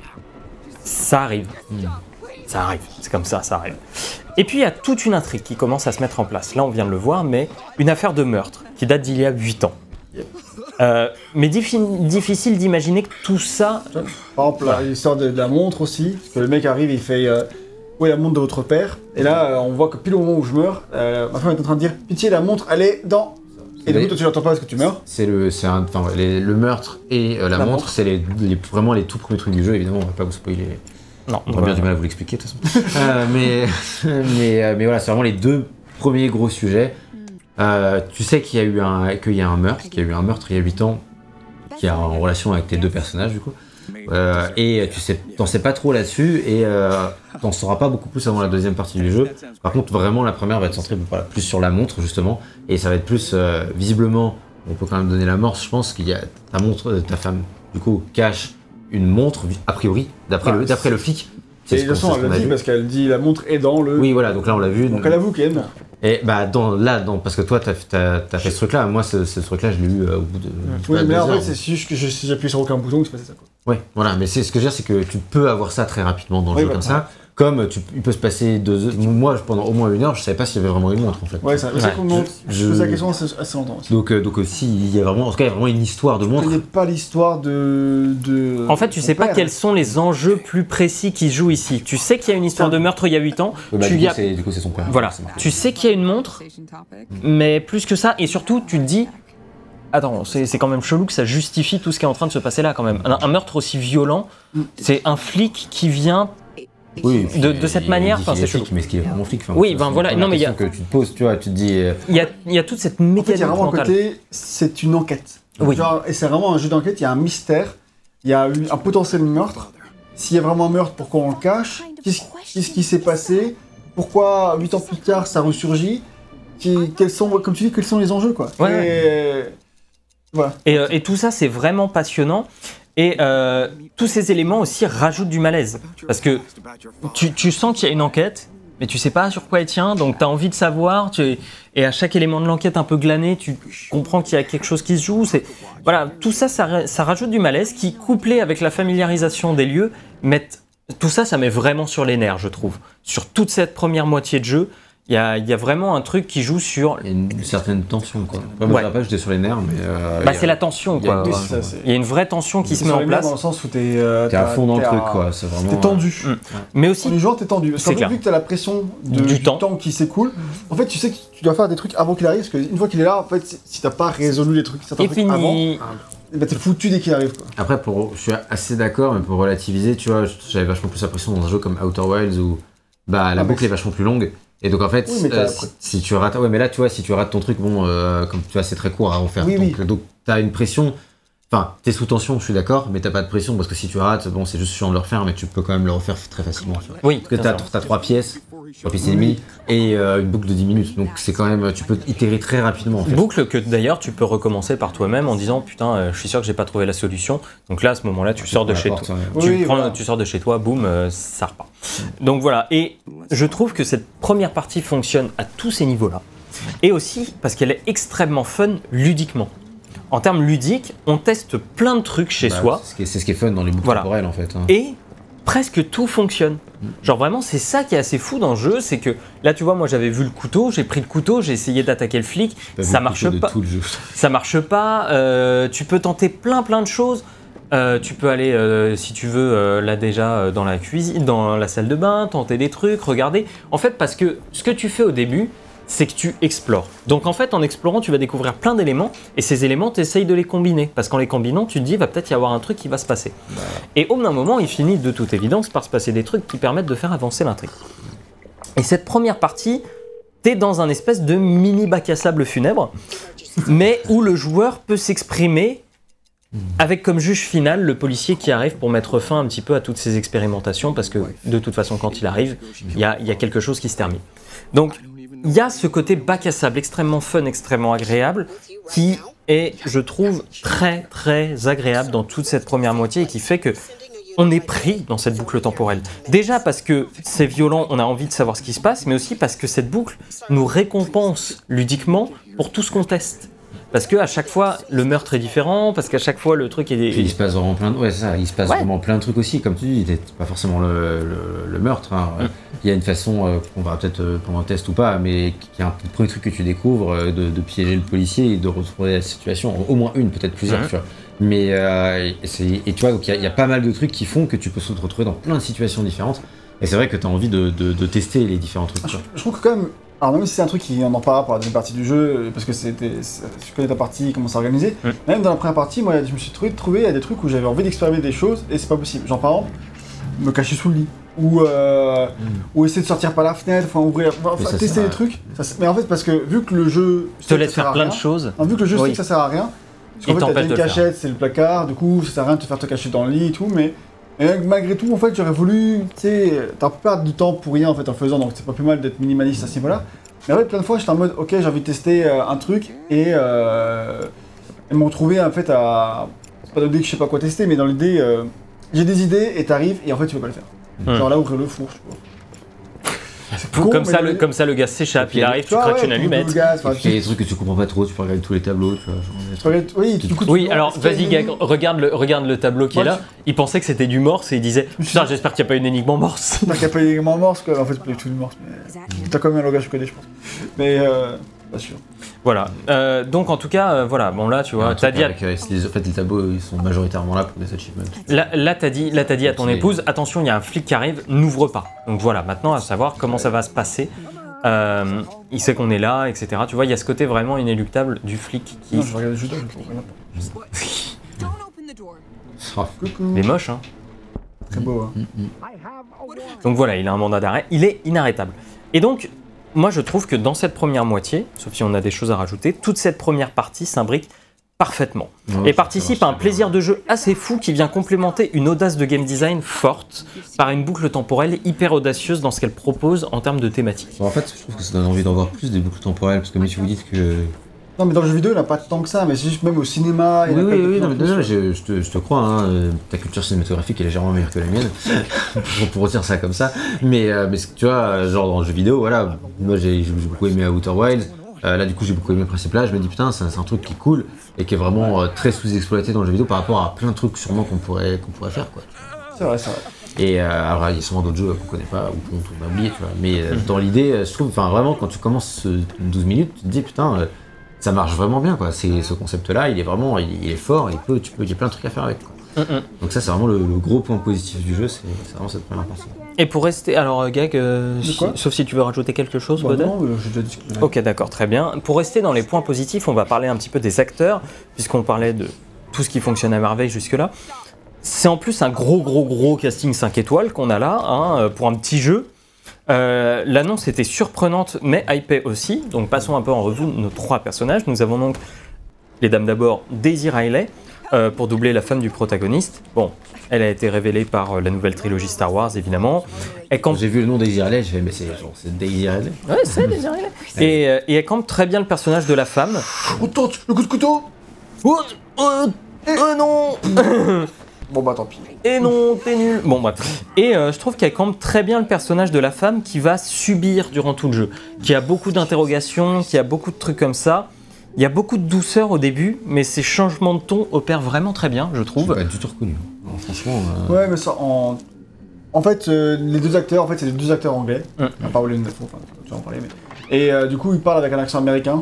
Ça arrive. Ça arrive, c'est comme ça arrive. Et puis il y a toute une intrigue qui commence à se mettre en place. Là on vient de le voir, mais une affaire de meurtre qui date d'il y a 8 ans. Mais difficile d'imaginer que tout ça... Par exemple, l'histoire de la montre aussi, parce que le mec arrive et il fait où est la montre de votre père? Et là on voit que pile au moment où je meurs, ma femme est en train de dire pitié, la montre elle est dans... Et du coup toi tu l'entends pas parce que tu meurs. Le meurtre et la montre, c'est vraiment les tout premiers trucs du jeu, évidemment on va pas vous spoiler. Non, on a bien du mal à vous l'expliquer de toute façon. Mais voilà, c'est vraiment les 2 premiers gros sujets. Tu sais qu'il y a eu un meurtre il y a 8 ans, qui est en relation avec tes deux personnages du coup. Et t'en sais pas trop là-dessus et t'en sauras pas beaucoup plus avant la deuxième partie du jeu. Par contre, vraiment, la première va être centrée plus sur la montre justement, et ça va être plus visiblement. On peut quand même donner l'amorce, je pense qu'il y a ta montre, ta femme du coup cache une montre a priori d'après le flic. Et de toute façon, elle l'a dit parce qu'elle dit la montre est dans le. Oui, voilà, donc là on l'a vu. Donc elle avoue qu'elle est morte. Et bah parce que toi t'as fait ce truc-là, moi ce truc-là je l'ai eu au bout de. Oui, mais en fait c'est juste que si j'appuie sur aucun bouton, il se passait ça quoi. Ouais, voilà, mais ce que je veux dire, c'est que tu peux avoir ça très rapidement dans le jeu comme ça. Comme il peut se passer 2 heures. Moi, pendant au moins 1 heure, je savais pas s'il y avait vraiment une montre en fait. Ouais, ça. Je pose la question assez longtemps aussi. Donc aussi, il y a vraiment, en tout cas, il y a vraiment une histoire de montre. Tu connais pas l'histoire de. En fait, tu sais pas quels sont les enjeux plus précis qui se jouent ici. Tu sais qu'il y a une histoire de meurtre il y a 8 ans. Du coup, c'est son père. Voilà. Tu sais qu'il y a une montre, mais plus que ça, et surtout, tu te dis. Attends, c'est quand même chelou que ça justifie tout ce qui est en train de se passer là quand même. Un meurtre aussi violent, c'est un flic qui vient de cette manière. Enfin, c'est chelou. Mais est-ce qu'il est vraiment flic? Oui, ben voilà. Non, mais il y a que tu te poses, tu vois, tu te dis. Il y a toute cette mécanique. En fait, il y a vraiment un côté, c'est une enquête. Oui. Genre, et c'est vraiment un jeu d'enquête. Il y a un mystère, il y a un potentiel meurtre. S'il y a vraiment un meurtre, pourquoi on le cache? Qu'est-ce qui s'est passé? Pourquoi 8 ans plus tard ça ressurgit? Quels sont, comme tu dis, quels sont les enjeux quoi? Ouais. Voilà. Et tout ça, c'est vraiment passionnant. Et tous ces éléments aussi rajoutent du malaise. Parce que tu sens qu'il y a une enquête, mais tu sais pas sur quoi elle tient, donc tu as envie de savoir. Et à chaque élément de l'enquête un peu glané, tu comprends qu'il y a quelque chose qui se joue. Voilà, tout ça, ça rajoute du malaise qui, couplé avec la familiarisation des lieux, tout ça, ça met vraiment sur les nerfs, je trouve. Sur toute cette première moitié de jeu, il y a vraiment un truc qui joue sur... Il y a une certaine tension, quoi. Moi, je j'étais sur les nerfs, mais... c'est la tension, quoi. Il y a une vraie tension qui se met en place. Dans le sens où t'es à fond dans le truc, quoi. C'est vraiment... T'es tendu. Mais aussi... Les joueurs, t'es tendu. Parce qu'en fait, vu que t'as la pression du temps qui s'écoule, en fait, tu sais que tu dois faire des trucs avant qu'il arrive, parce qu'une fois qu'il est là, en fait, si t'as pas résolu les trucs, certains trucs avant... Bah t'es foutu dès qu'il arrive quoi. Après, je suis assez d'accord, mais pour relativiser, tu vois, j'avais vachement plus l'impression dans un jeu comme Outer Wilds où la boucle est vachement plus longue. Et donc en fait, si tu rates, mais là tu vois, si tu rates ton truc, comme tu vois, c'est très court à refaire. Donc t'as une pression. Enfin, t'es sous tension, je suis d'accord, mais t'as pas de pression parce que si tu rates, c'est juste chiant de le refaire, mais tu peux quand même le refaire très facilement. Tu vois. Oui. Parce que t'as 3 pièces et demi, et une boucle de 10 minutes. Donc c'est quand même, tu peux itérer très rapidement. En fait. Boucle que d'ailleurs tu peux recommencer par toi-même en disant putain, je suis sûr que j'ai pas trouvé la solution. Donc là, à ce moment-là, tu sors de chez toi. Tu sors de chez toi, boum, ça repart. Donc voilà. Et je trouve que cette première partie fonctionne à tous ces niveaux-là. Et aussi parce qu'elle est extrêmement fun ludiquement. En termes ludiques, on teste plein de trucs chez soi. C'est ce qui est fun dans les boucles temporelles en fait. Et presque tout fonctionne. Genre vraiment, c'est ça qui est assez fou dans le jeu, c'est que là tu vois, moi j'avais vu le couteau, j'ai pris le couteau, j'ai essayé d'attaquer le flic, ça marche pas. Ça marche pas. Tu peux tenter plein de choses. Tu peux aller, si tu veux, là déjà dans la cuisine, dans la salle de bain, tenter des trucs, regarder. En fait, parce que ce que tu fais au début, c'est que tu explores. Donc en fait, en explorant, tu vas découvrir plein d'éléments et ces éléments, tu essayes de les combiner. Parce qu'en les combinant, tu te dis, il va peut-être y avoir un truc qui va se passer. Et au bout d'un moment, il finit de toute évidence par se passer des trucs qui permettent de faire avancer l'intrigue. Et cette première partie, t'es dans un espèce de mini bac à sable funèbre, mais où le joueur peut s'exprimer avec comme juge final le policier qui arrive pour mettre fin un petit peu à toutes ces expérimentations, parce que de toute façon, quand il arrive, il y a quelque chose qui se termine. Donc, il y a ce côté bac à sable extrêmement fun, extrêmement agréable, qui est, je trouve, très très agréable dans toute cette première moitié et qui fait que on est pris dans cette boucle temporelle. Déjà parce que c'est violent, on a envie de savoir ce qui se passe, mais aussi parce que cette boucle nous récompense ludiquement pour tout ce qu'on teste. Parce qu'à chaque fois, le meurtre est différent, parce qu'à chaque fois, le truc est... Il se passe vraiment plein de... il se passe vraiment plein de trucs aussi, comme tu dis, c'est pas forcément le meurtre. Hein. Il y a une façon, on va peut-être pendant un test ou pas, mais qui est un premier truc que tu découvres, de piéger le policier et de retrouver la situation, au moins une, peut-être plusieurs, tu vois. Mais, et tu vois, donc il y a pas mal de trucs qui font que tu peux te retrouver dans plein de situations différentes. Et c'est vrai que tu as envie de tester les différents trucs. Je trouve que quand même... Alors même si c'est un truc qui en parlera pour la deuxième partie du jeu, parce que je connais ta partie, comment c'est organisé, même dans la première partie, moi je me suis trouvé il y a des trucs où j'avais envie d'expérimenter des choses et c'est pas possible. Genre par exemple, me cacher sous le lit. ou essayer de sortir par la fenêtre, tester des trucs. Mais en fait, parce que vu que le jeu te laisse faire plein de choses, vu que le jeu sait que ça sert à rien, parce qu'en fait, t'as une cachette, c'est le placard, du coup, ça sert à rien de te faire te cacher dans le lit et tout, mais malgré tout, en fait, j'aurais voulu, tu sais, t'as perdre du temps pour rien en fait en faisant, donc c'est pas plus mal d'être minimaliste à ce niveau-là. Mais en fait, plein de fois, j'étais en mode, ok, j'ai envie de tester un truc et ils m'ont trouvé en fait à. C'est pas dans l'idée que je sais pas quoi tester, mais dans l'idée, j'ai des idées et t'arrives et en fait, tu peux pas le faire. Genre là, ouvrir le four, je sais pas. Comme ça, le gaz s'échappe, il arrive, tu craques une allumette. Il y a des trucs que tu comprends pas trop, tu peux regarder tous les tableaux, tu vois. Oui, alors vas-y, Gag, regarde le tableau qui est là. Il pensait que c'était du morse et il disait putain, j'espère qu'il n'y a pas une énigme en morse. J'espère qu'il n'y a pas une énigme en morse, quoi. En fait, c'est pas du tout du morse, mais. T'as quand même un langage codé, je pense. Mais, pas sûr. Voilà. Donc, en tout cas, voilà. Bon, là, tu vois, t'as dit. En fait, les tableaux, ils sont majoritairement là pour des achievements. Là, t'as dit à ton épouse attention, il y a un flic qui arrive, n'ouvre pas. Donc, voilà, maintenant, à savoir comment ça va se passer. Il sait qu'on est là, etc. Tu vois, il y a ce côté vraiment inéluctable du flic qui. Non, je regarde le judo, je comprends pas. Il est moche, hein. Très beau, hein. Donc voilà, il a un mandat d'arrêt, il est inarrêtable. Et donc, moi je trouve que dans cette première moitié, sauf si on a des choses à rajouter, toute cette première partie s'imbrique parfaitement. Et participe à un plaisir de jeu assez fou qui vient complémenter une audace de game design forte par une boucle temporelle hyper audacieuse dans ce qu'elle propose en termes de thématique. En fait, je trouve que ça donne envie d'en voir plus des boucles temporelles, parce que même si vous dites que... Non, mais dans le jeu vidéo, il n'y en a pas tant que ça, mais c'est juste même au cinéma. Oui, je te crois, hein, ta culture cinématographique est légèrement meilleure que la mienne, pour redire ça comme ça. Mais tu vois, genre dans le jeu vidéo, voilà, moi j'ai beaucoup aimé Outer Wilds, là du coup j'ai beaucoup aimé Principal, je me dis putain, c'est un truc qui est cool et qui est vraiment très sous-exploité dans le jeu vidéo par rapport à plein de trucs sûrement qu'on pourrait faire, quoi. C'est vrai. Et alors il y a sûrement d'autres jeux qu'on connaît pas ou qu'on a oublié, tu vois. Mais dans l'idée, je trouve, enfin vraiment, quand tu commences 12 minutes, tu te dis putain. Ça marche vraiment bien, quoi. Ce concept-là, il est vraiment, il est fort. Il y a plein de trucs à faire avec, quoi. Donc ça, c'est vraiment le gros point positif du jeu. C'est vraiment cette première partie. Et pour rester, alors Gag, sauf si tu veux rajouter quelque chose, Bodin. Non, j'ai déjà discuté. Ok, d'accord, très bien. Pour rester dans les points positifs, on va parler un petit peu des acteurs, puisqu'on parlait de tout ce qui fonctionne à merveille jusque-là. C'est en plus un gros casting 5 étoiles qu'on a là, hein, pour un petit jeu. L'annonce était surprenante mais hypée aussi, donc passons un peu en revue nos 3 personnages. Nous avons donc les dames d'abord Daisy Ridley pour doubler la femme du protagoniste. Bon, elle a été révélée par la nouvelle trilogie Star Wars évidemment. Quand j'ai vu le nom Daisy Ridley, j'ai fait mais c'est Daisy Ridley. Ouais, c'est Daisy Ridley. Et elle campe très bien le personnage de la femme. Oh tante, le coup de couteau. Non. Bon bah tant pis. Et non, t'es nul. Bon bah. Et je trouve qu'elle campe très bien le personnage de la femme qui va subir durant tout le jeu, qui a beaucoup d'interrogations, qui a beaucoup de trucs comme ça. Il y a beaucoup de douceur au début, mais ces changements de ton opèrent vraiment très bien, je trouve. J'ai pas du tout reconnu. Alors, franchement. Ouais, mais ça en fait, les deux acteurs, c'est les deux acteurs anglais. À part William Dafoe, tu vas en parler, mais. Et du coup, ils parlent avec un accent américain.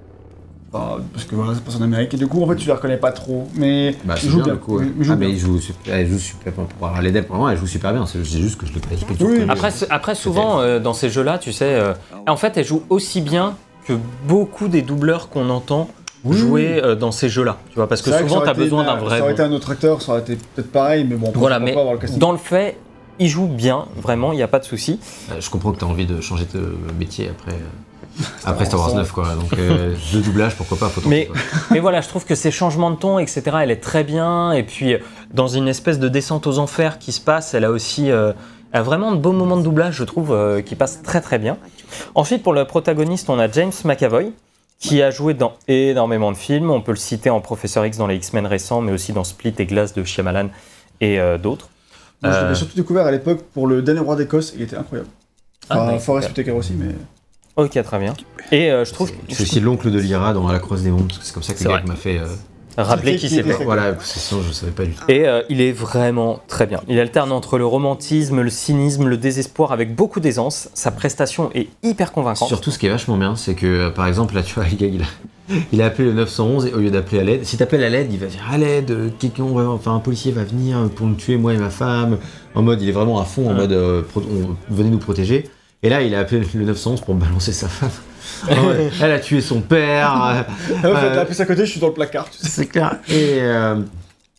Parce que voilà, ça passe en Amérique et du coup en fait tu les reconnais pas trop, mais ils jouent bien. Du coup, elle joue super pour parler d'elle, pour moi elle joue super bien, c'est juste que je l'ai pas toujours. Après souvent dans ces jeux-là, tu sais, en fait elle joue aussi bien que beaucoup des doubleurs qu'on entend jouer dans ces jeux-là, tu vois, parce que souvent t'as besoin d'un vrai. Ça aurait été un autre acteur, ça aurait été peut-être pareil, mais bon. Voilà, mais dans le fait, il joue bien, vraiment, il y a pas de souci. Je comprends que t'as envie de changer de métier après Star Wars 9, quoi. Donc, de doublage, pourquoi pas, mais voilà, je trouve que ces changements de ton, etc., elle est très bien. Et puis, dans une espèce de descente aux enfers qui se passe, elle a aussi elle a vraiment de beaux moments de doublage, je trouve, qui passent très très bien. Ensuite, pour le protagoniste, on a James McAvoy, qui a joué dans énormément de films. On peut le citer en Professeur X dans les X-Men récents, mais aussi dans Split et Glass de Shyamalan et d'autres. Moi, je l'avais surtout découvert à l'époque pour le Dernier Roi d'Écosse, il était incroyable. Enfin, Forest Whitaker aussi, mais... Ok, très bien. Et je trouve... C'est aussi l'oncle de Lyra dans La Croix des Mondes, parce que c'est comme ça que le gars m'a fait... Rappeler qui c'est fait. Voilà, parce que sinon je savais pas du tout. Et il est vraiment très bien. Il alterne entre le romantisme, le cynisme, le désespoir avec beaucoup d'aisance. Sa prestation est hyper convaincante. Surtout, ce qui est vachement bien, c'est que par exemple, là, tu vois, le gars, il a appelé le 911 et au lieu d'appeler à l'aide, si t'appelles à l'aide, il va dire à l'aide, un policier va venir pour nous tuer, moi et ma femme. En mode, il est vraiment à fond, en mode venez nous protéger. Et là, il a appelé le 911 pour balancer sa femme. Elle a tué son père. La plus à côté, je suis dans le placard. Tu sais. C'est clair.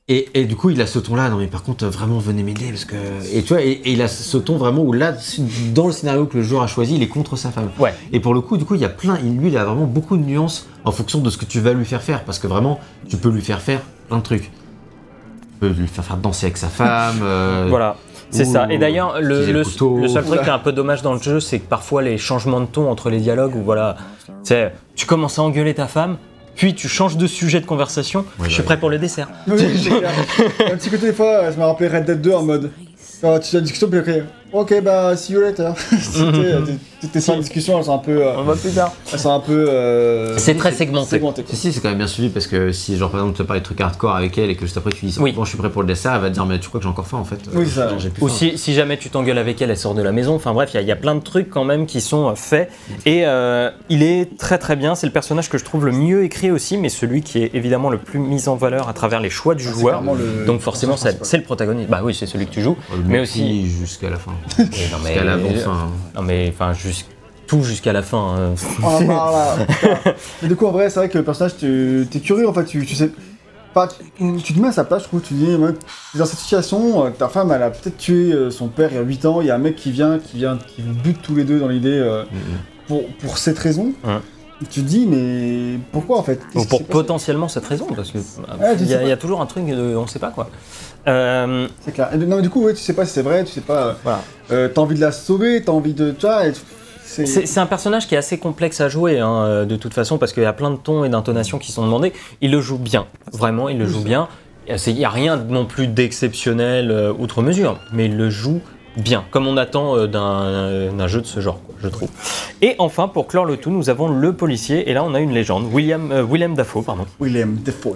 Et du coup, il a ce ton-là, non mais par contre, vraiment, venez m'aider, parce que... Et tu vois, et il a ce ton vraiment où là, dans le scénario que le joueur a choisi, il est contre sa femme. Ouais. Et pour le coup, il y a lui, il a vraiment beaucoup de nuances en fonction de ce que tu vas lui faire faire, parce que vraiment, tu peux lui faire faire plein de trucs. Tu peux lui faire danser avec sa femme... Voilà. C'est ça. Et d'ailleurs, le seul truc qui est un peu dommage dans le jeu, c'est que parfois les changements de ton entre les dialogues, où voilà, tu commences à engueuler ta femme, puis tu changes de sujet de conversation, je suis prêt pour le dessert. Oui, c'est clair. Un petit côté des fois, ça m'a rappelé Red Dead 2 en mode. Alors, tu as une discussion, puis ok, bah, see you later. Tes 5 discussions, elles sont un peu. On va plus tard. Elles sont un peu. C'est très segmenté. Si, c'est quand même bien suivi parce que si, genre, par exemple, tu parles de trucs hardcore avec elle et que juste après tu dis bon, je suis prêt pour le dessert, elle va te dire, mais tu crois que j'ai encore faim en fait. Oui, ça. Ou si jamais tu t'engueules avec elle, elle sort de la maison. Enfin bref, il y a plein de trucs quand même qui sont faits. Et il est très très bien. C'est le personnage que je trouve le mieux écrit aussi, mais celui qui est évidemment le plus mis en valeur à travers les choix du joueur. Donc forcément, c'est le protagoniste. Bah oui, c'est celui que tu joues. Mais aussi. Jusqu'à la fin. Jusqu'à l'avant-fin. Non mais enfin, tout jusqu'à la fin. Oh, voilà. Mais du coup, en vrai, c'est vrai que le personnage, t'es curieux en fait, tu sais. Pas, tu te mets à sa place, je trouve, tu dis, dans cette situation, ta femme, elle a peut-être tué son père il y a 8 ans, il y a un mec qui vous bute tous les deux dans l'idée pour cette raison. Tu te dis, mais pourquoi en fait? Pour potentiellement cette raison, parce que il y a toujours un truc de on sait pas quoi. C'est clair. Non, mais du coup, tu sais pas si c'est vrai, tu sais pas. Voilà. T'as envie de la sauver, t'as envie de. C'est un personnage qui est assez complexe à jouer, hein, de toute façon, parce qu'il y a plein de tons et d'intonations qui sont demandés. Il le joue bien, vraiment, il le joue bien. Il n'y a rien non plus d'exceptionnel outre mesure, mais il le joue bien, comme on attend d'un jeu de ce genre, quoi, je trouve. Et enfin, pour clore le tout, nous avons le policier, et là on a une légende, Willem Dafoe, pardon. Willem Dafoe.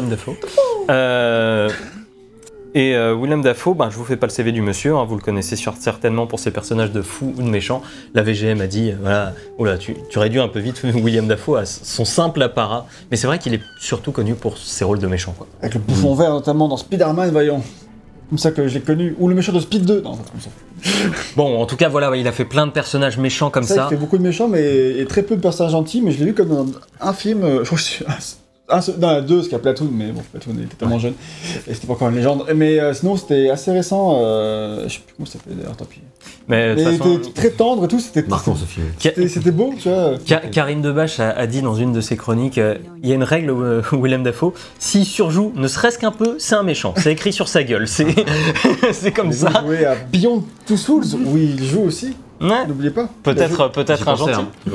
Willem Dafoe, je vous fais pas le CV du monsieur, hein, vous le connaissez certainement pour ses personnages de fou ou de méchant. La VGM a dit, voilà, tu réduis un peu vite Willem Dafoe à son simple apparat, mais c'est vrai qu'il est surtout connu pour ses rôles de méchant, quoi. Avec le bouffon vert notamment dans Spider-Man, voyons. Comme ça que je l'ai connu, ou le méchant de Speed 2, non, comme ça. Bon, en tout cas, voilà, il a fait plein de personnages méchants comme ça. Il fait beaucoup de méchants, et très peu de personnages gentils, mais je l'ai vu comme dans un film, je crois que c'est dans la 2, ce qu'il y a Platoon, mais bon, Platoon était tellement jeune, et c'était pas encore une légende. Mais sinon, c'était assez récent, je sais plus comment ça s'appelait d'ailleurs, tant pis. Mais il était très tendre et tout, c'était marquant ce film. C'était beau, tu vois. Karine Debache a dit dans une de ses chroniques, il y a une règle, Willem Dafoe, s'il surjoue ne serait-ce qu'un peu, c'est un méchant. C'est écrit sur sa gueule, c'est comme ça. Il jouait à Beyond Two Souls, où il joue aussi. Ouais. N'oubliez pas. Peut-être un gentil.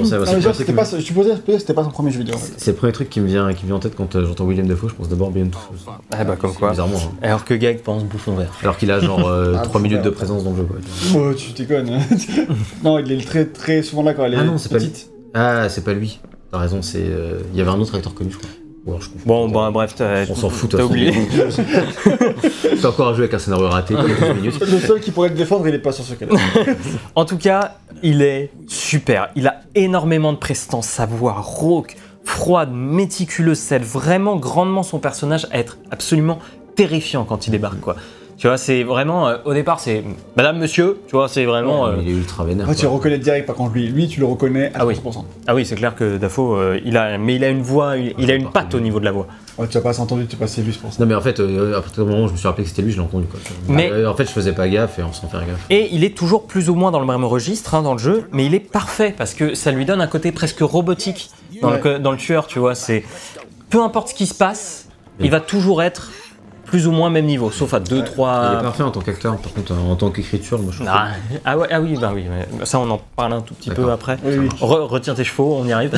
Je supposais que c'était pas son premier jeu vidéo. En fait. C'est le premier truc qui me vient en tête quand j'entends Willem Dafoe, je pense d'abord Beyond Two Souls. Comme quoi. Bizarrement. Alors que Gag pense bouffon vert. Alors qu'il a genre 3 minutes de présence dans le jeu. Oh, tu déconnes. Non, il est très très souvent là quand elle est petite. C'est pas lui. T'as raison, il y avait un autre acteur connu, je crois. Bref, on s'en fout, t'as oublié. C'est encore un jeu avec un scénario raté. Le seul qui pourrait le défendre, il est pas sur ce cas-là. En tout cas, il est super. Il a énormément de prestance, sa voix rauque, froide, méticuleuse, celle vraiment grandement son personnage à être absolument terrifiant quand il débarque, quoi. Tu vois, c'est vraiment, au départ, c'est Madame, Monsieur, tu vois, c'est vraiment... il est ultra vénère. Tu le reconnais direct, par contre, lui, tu le reconnais à 100%. Ah oui, c'est clair que Dafoe, il a une voix, il a une patte au niveau de la voix. Ouais, tu as pas entendu, tu passais lui pour ça. Non, mais en fait, à partir du moment où je me suis rappelé que c'était lui, je l'ai entendu, quoi. Mais en fait, je faisais pas gaffe et on s'en fait gaffe. Et il est toujours plus ou moins dans le même registre, hein, dans le jeu, mais il est parfait, parce que ça lui donne un côté presque robotique dans le tueur, tu vois, c'est... Peu importe ce qui se passe, il va toujours être... plus ou moins même niveau, sauf à 2-3... Il est parfait en tant qu'acteur, par contre en tant qu'écriture, moi je trouve... Oui, mais ça on en parle un tout petit peu après. Oui. Retiens tes chevaux, on y arrive.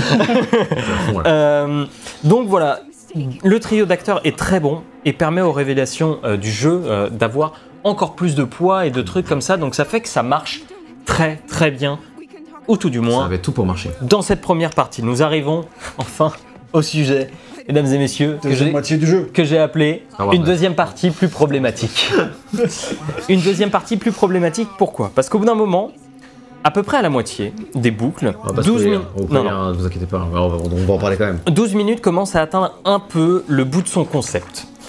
Donc voilà, le trio d'acteurs est très bon et permet aux révélations du jeu d'avoir encore plus de poids et de trucs comme ça, donc ça fait que ça marche très très bien, ou tout du moins... Ça avait tout pour marcher. Dans cette première partie, nous arrivons enfin au sujet... Mesdames et messieurs, que j'ai appelé une deuxième partie plus problématique. Une deuxième partie plus problématique, pourquoi ? Parce qu'au bout d'un moment, à peu près à la moitié des boucles, 12 minutes... Ne vous inquiétez pas, on va en parler quand même. 12 minutes commencent à atteindre un peu le bout de son concept.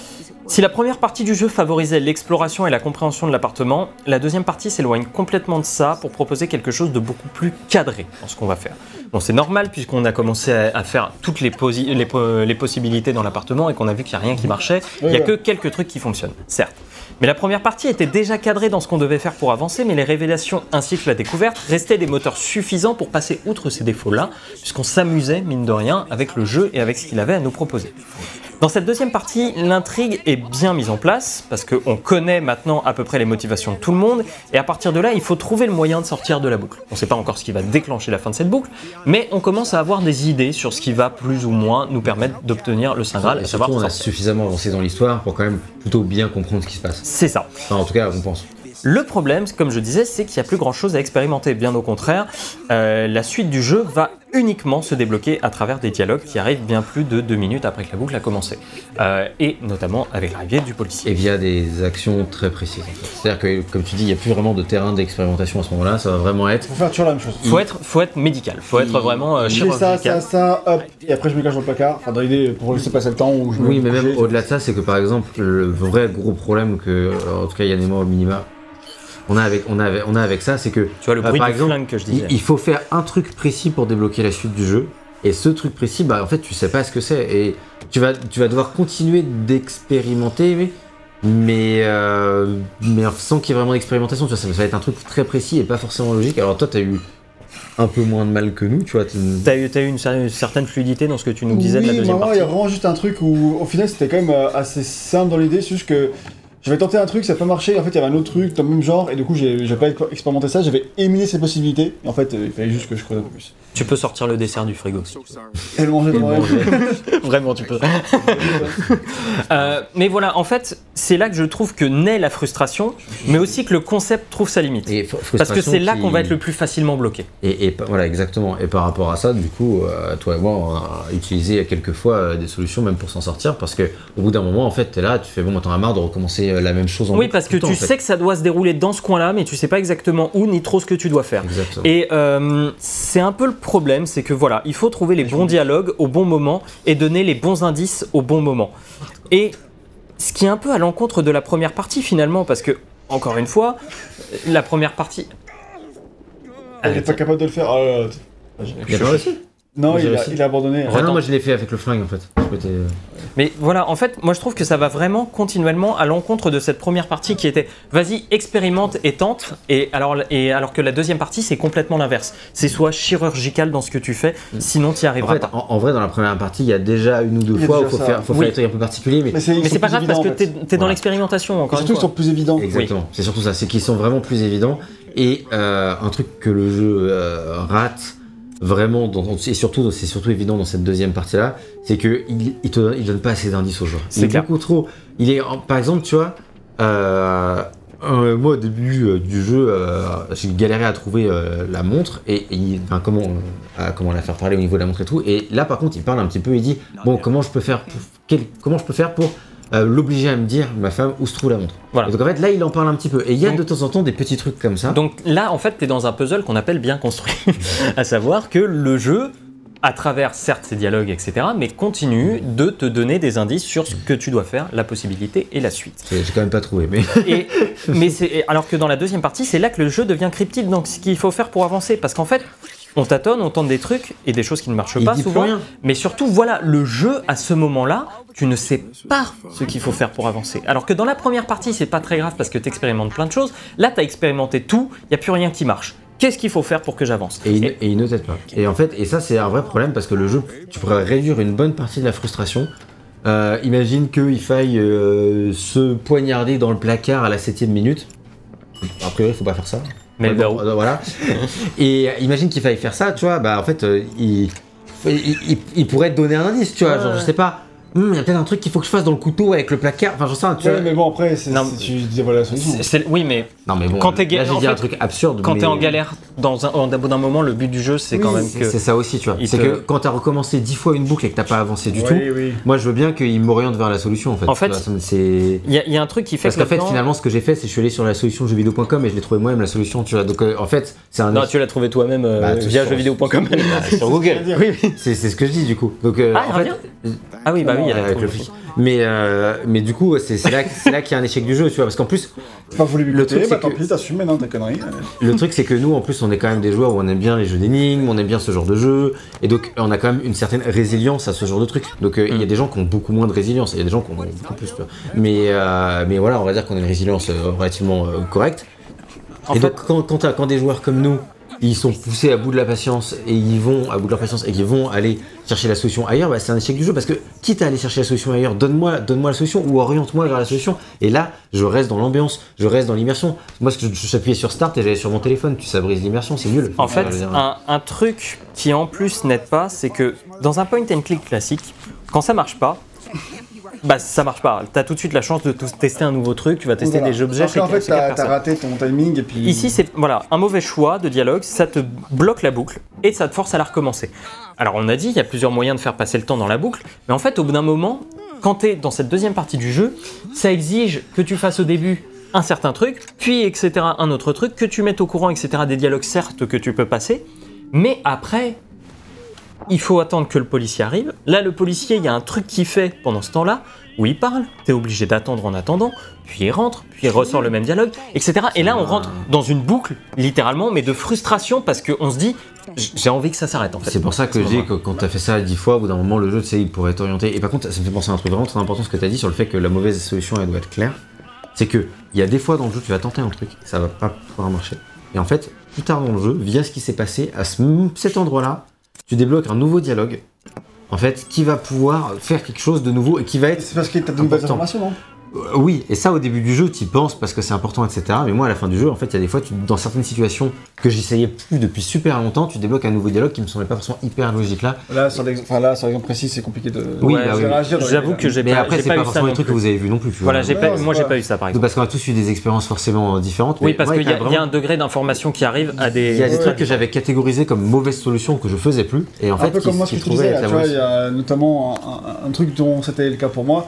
Si la première partie du jeu favorisait l'exploration et la compréhension de l'appartement, la deuxième partie s'éloigne complètement de ça pour proposer quelque chose de beaucoup plus cadré dans ce qu'on va faire. Bon, c'est normal puisqu'on a commencé à faire toutes les possibilités dans l'appartement et qu'on a vu qu'il n'y a rien qui marchait. Il n'y a que quelques trucs qui fonctionnent, certes. Mais la première partie était déjà cadrée dans ce qu'on devait faire pour avancer, mais les révélations ainsi que la découverte restaient des moteurs suffisants pour passer outre ces défauts-là, puisqu'on s'amusait, mine de rien, avec le jeu et avec ce qu'il avait à nous proposer. Dans cette deuxième partie, l'intrigue est bien mise en place, parce qu'on connaît maintenant à peu près les motivations de tout le monde, et à partir de là, il faut trouver le moyen de sortir de la boucle. On ne sait pas encore ce qui va déclencher la fin de cette boucle, mais on commence à avoir des idées sur ce qui va plus ou moins nous permettre d'obtenir le Saint Graal, et surtout, on a suffisamment avancé dans l'histoire pour quand même plutôt bien comprendre ce qui se passe. C'est ça. Enfin, en tout cas, on pense. Le problème, comme je disais, c'est qu'il n'y a plus grand chose à expérimenter. Bien au contraire, la suite du jeu va uniquement se débloquer à travers des dialogues qui arrivent bien plus de 2 minutes après que la boucle a commencé. Et notamment avec l'arrivée du policier. Et via des actions très précises. En fait. C'est-à-dire que, comme tu dis, il n'y a plus vraiment de terrain d'expérimentation à ce moment-là. Ça va vraiment être. Faut faire toujours la même chose. Faut être médical. Faut être vraiment chirurgical. Ça, hop. Et après, je me cache dans le placard. Enfin, dans l'idée, pour laisser passer le temps où je me. Oui, mais même au-delà de ça, c'est que par exemple, le vrai gros problème que, en tout cas, Yann et moi au minima, on a avec ça, c'est que tu vois le bruit par du exemple, flingue que je disais. Il faut faire un truc précis pour débloquer la suite du jeu, et ce truc précis, bah en fait tu sais pas ce que c'est, et tu vas devoir continuer d'expérimenter, mais sans qu'il y ait vraiment d'expérimentation. Tu vois, ça va être un truc très précis et pas forcément logique. Alors toi, t'as eu un peu moins de mal que nous, tu vois. T'as eu une certaine fluidité dans ce que tu nous disais de la deuxième partie. Il y a vraiment juste un truc où, au final, c'était quand même assez simple dans l'idée, c'est juste que j'avais tenté un truc, ça n'a pas marché, en fait il y avait un autre truc dans le même genre, et du coup j'ai pas expérimenté ça, j'avais éliminé ces possibilités, et en fait il fallait juste que je creuse un peu plus. Tu peux sortir le dessert du frigo si tu veux. Et le manger de moi. Vraiment, tu peux. Mais voilà, en fait, c'est là que je trouve que naît la frustration, mais aussi que le concept trouve sa limite. Parce que c'est là qu'on va être le plus facilement bloqué. Et voilà, exactement. Et par rapport à ça, du coup, toi et moi, on a utilisé quelques fois des solutions même pour s'en sortir, parce que au bout d'un moment, en fait, t'es là, tu fais bon, t'en as marre de recommencer la même chose en Oui, parce que tu sais que ça doit se dérouler dans ce coin-là, mais tu sais pas exactement où ni trop ce que tu dois faire. Exactement. Et c'est un peu le problème, c'est que voilà, il faut trouver les bons dialogues au bon moment et donner les bons indices au bon moment. Et ce qui est un peu à l'encontre de la première partie finalement, parce que, encore une fois, la première partie... Il n'est pas capable de le faire. Oh, il a pas réussi. Non, il a abandonné. Non, moi je l'ai fait avec le flingue en fait. Mais voilà, en fait, moi je trouve que ça va vraiment continuellement à l'encontre de cette première partie qui était vas-y, expérimente et tente, et alors que la deuxième partie c'est complètement l'inverse. C'est soit chirurgical dans ce que tu fais, sinon tu n'y arriveras pas. En vrai, dans la première partie, il y a déjà une ou deux fois où il faut faire des trucs un peu particuliers. Mais c'est pas grave parce que t'es dans l'expérimentation encore une fois. Surtout qu'ils sont plus évidents. Exactement, oui. C'est surtout ça, c'est qu'ils sont vraiment plus évidents. Et un truc que le jeu rate vraiment, et surtout c'est surtout évident dans cette deuxième partie là, c'est que il donne pas assez d'indices aux joueurs. C'est beaucoup trop. Par exemple, tu vois, moi au début du jeu, j'ai galéré à trouver la montre et comment la faire parler au niveau de la montre et tout. Et là par contre il parle un petit peu, il dit bon, comment je peux faire pour l'obliger à me dire, ma femme, où se trouve la montre. Voilà. Et donc en fait là il en parle un petit peu, et il y a de temps en temps des petits trucs comme ça. Donc là en fait t'es dans un puzzle qu'on appelle bien construit, à savoir que le jeu, à travers certes ses dialogues etc, mais continue de te donner des indices sur ce que tu dois faire, la possibilité et la suite. J'ai quand même pas trouvé, mais... alors que dans la deuxième partie c'est là que le jeu devient cryptique, donc ce qu'il faut faire pour avancer, parce qu'en fait on tâtonne, on tente des trucs et des choses qui ne marchent pas souvent. Mais surtout, voilà, le jeu, à ce moment-là, tu ne sais pas ce qu'il faut faire pour avancer. Alors que dans la première partie, c'est pas très grave parce que tu expérimentes plein de choses. Là, tu as expérimenté tout, il n'y a plus rien qui marche. Qu'est-ce qu'il faut faire pour que j'avance ? Et il ne t'aide pas. Et en fait, et ça, c'est un vrai problème parce que le jeu, tu pourrais réduire une bonne partie de la frustration. Imagine qu'il faille se poignarder dans le placard à la 7e minute. A priori, il faut pas faire ça. Mais bon, voilà. Et imagine qu'il fallait faire ça, tu vois, bah en fait, il pourrait te donner un indice, tu vois, genre je sais pas. Il y a peut-être un truc qu'il faut que je fasse dans le couteau avec le placard. Enfin, j'en sais, tu vois. Mais bon, après, tu dévoiles la solution. Oui, mais. Non, mais bon. Quand t'es là, j'ai dit un truc absurde. Quand t'es en galère, au bout d'un moment, le but du jeu, c'est quand même que. C'est ça aussi, tu vois. C'est que quand t'as recommencé 10 fois une boucle et que t'as pas avancé du tout, moi, je veux bien qu'il m'oriente vers la solution, en fait. En fait, il y a un truc qui fait que. Parce qu'en fait, finalement, ce que j'ai fait, c'est que je suis allé sur la solution jeuxvideo.com et je l'ai trouvé moi-même la solution, tu vois. Donc, en fait, c'est un. Non, tu l'as trouvé toi-même via jeuxvideo.com. Sur Google. Oui, c'est ce que je dis, du coup. Donc, Ah oui, bah oui. il y a avec le flic. Mais du coup, c'est là qu'il y a un échec du jeu, tu vois, parce qu'en plus, t'as pas voulu le truc, tant pis, t'assumes maintenant tes conneries. Le truc, c'est que nous, en plus, on est quand même des joueurs où on aime bien les jeux d'énigmes, on aime bien ce genre de jeu, et donc on a quand même une certaine résilience à ce genre de truc. Donc il y a des gens qui ont beaucoup moins de résilience, il y a des gens qui en ont beaucoup plus, tu vois. Mais voilà, on va dire qu'on a une résilience relativement correcte. Et donc quand des joueurs comme nous, ils sont poussés à bout de la patience et ils vont à bout de leur patience et qu'ils vont aller chercher la solution ailleurs, bah, c'est un échec du jeu parce que quitte à aller chercher la solution ailleurs, donne-moi la solution ou oriente-moi vers la solution. Et là, je reste dans l'ambiance, je reste dans l'immersion. Moi, je appuyais sur Start et j'allais sur mon téléphone, ça brise l'immersion, c'est nul. En fait, un truc qui en plus n'aide pas, c'est que dans un point and click classique, quand ça marche pas, bah ça marche pas. T'as tout de suite la chance de tester un nouveau truc, tu vas tester des objets. Parce qu'en fait, t'as raté ton timing et puis. Ici, c'est un mauvais choix de dialogue, ça te bloque la boucle et ça te force à la recommencer. Alors, on a dit, il y a plusieurs moyens de faire passer le temps dans la boucle, mais en fait, au bout d'un moment, quand t'es dans cette deuxième partie du jeu, ça exige que tu fasses au début un certain truc, puis etc. un autre truc, que tu mettes au courant, etc. des dialogues certes que tu peux passer, mais après. Il faut attendre que le policier arrive. Là, le policier, il y a un truc qu'il fait pendant ce temps-là, où il parle, t'es obligé d'attendre en attendant, puis il rentre, puis il ressort le même dialogue, etc. Et là, on rentre dans une boucle, littéralement, mais de frustration, parce qu'on se dit, j'ai envie que ça s'arrête, en fait. C'est pour ça que je dis que quand t'as fait ça 10 fois, au bout d'un moment, le jeu, tu sais, il pourrait t'orienter. Et par contre, ça me fait penser à un truc vraiment très important, ce que t'as dit sur le fait que la mauvaise solution, elle doit être claire. C'est que, il y a des fois dans le jeu, tu vas tenter un truc, ça va pas pouvoir marcher. Et en fait, plus tard dans le jeu, via ce qui s'est passé, à cet endroit-là, tu débloques un nouveau dialogue, en fait, qui va pouvoir faire quelque chose de nouveau et qui va être. C'est parce que t'as de nouvelles informations, non ? Oui, et ça au début du jeu, tu y penses parce que c'est important, etc. Mais moi, à la fin du jeu, en fait, il y a des fois, dans certaines situations que j'essayais plus depuis super longtemps, tu débloques un nouveau dialogue qui me semblait pas forcément hyper logique là. Là, sur l'exemple précis, c'est compliqué de réagir. J'avoue que j'ai mais pas. Après, c'est pas forcément des trucs que vous avez vu non plus. Voilà, moi, j'ai pas eu ça par exemple. Parce qu'on a tous eu des expériences forcément différentes. Oui, parce qu'il y a un degré d'information qui arrive à des. Il y a des trucs que j'avais catégorisés comme mauvaise solution que je faisais plus. Et en fait, un peu comme moi, ce que je disais, tu vois, il y a notamment un truc dont c'était le cas pour moi.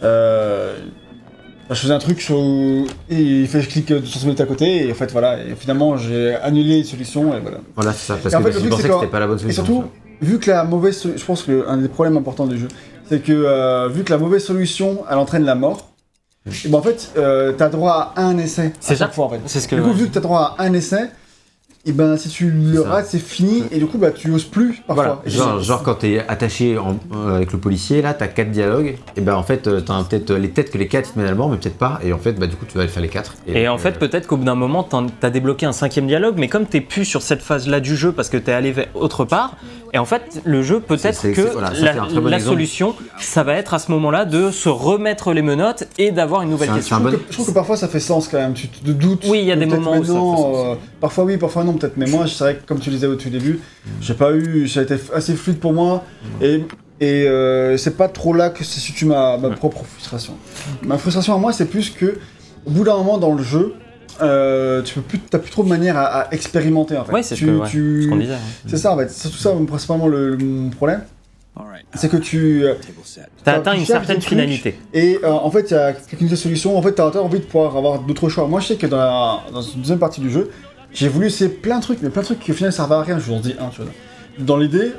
Je faisais un truc et il fait je clique 200 minutes à côté et en fait voilà, et finalement j'ai annulé les solutions et voilà. Voilà, c'est ça, parce que je pensais que c'était pas la bonne solution. Et surtout, vu que la mauvaise solution, je pense qu'un des problèmes importants du jeu, c'est que vu que la mauvaise solution, elle entraîne la mort, et ben en fait, t'as droit à un essai à chaque fois en fait. C'est ce que du coup, vu que t'as droit à un essai, et ben si tu le rates, c'est fini et du coup bah tu oses plus parfois. Voilà. Genre quand t'es attaché avec le policier, là t'as 4 dialogues, et ben en fait t'as peut-être que les 4 ils te mènent à la mort, mais peut-être pas, et en fait bah du coup tu vas aller faire les 4. Et en fait peut-être qu'au bout d'un moment t'as débloqué un 5e dialogue, mais comme t'es plus sur cette phase-là du jeu parce que t'es allé autre part, et en fait le jeu peut-être que la solution ça va être à ce moment-là de se remettre les menottes et d'avoir une nouvelle question. Je trouve que parfois ça fait sens quand même, tu te doutes. Oui, il y a des moments où ça fait sens. Parfois oui, parfois non peut-être, mais moi c'est vrai que comme tu le disais au tout début, ça a été assez fluide pour moi et c'est pas trop là que se situe ma propre frustration. Ma frustration à moi c'est plus que au bout d'un moment dans le jeu, t'as plus trop de manière à expérimenter en fait. Ouais, c'est ce qu'on disait. C'est ça en fait, c'est tout ça principalement mon problème. C'est que tu as atteint une certaine finalité. Et en fait, il y a quelques solutions. En fait, tu as envie de pouvoir avoir d'autres choix. Moi, je sais que dans une deuxième partie du jeu, j'ai voulu essayer plein de trucs, mais plein de trucs qui au final servaient à rien. Je vous en dis un, tu vois. Dans l'idée,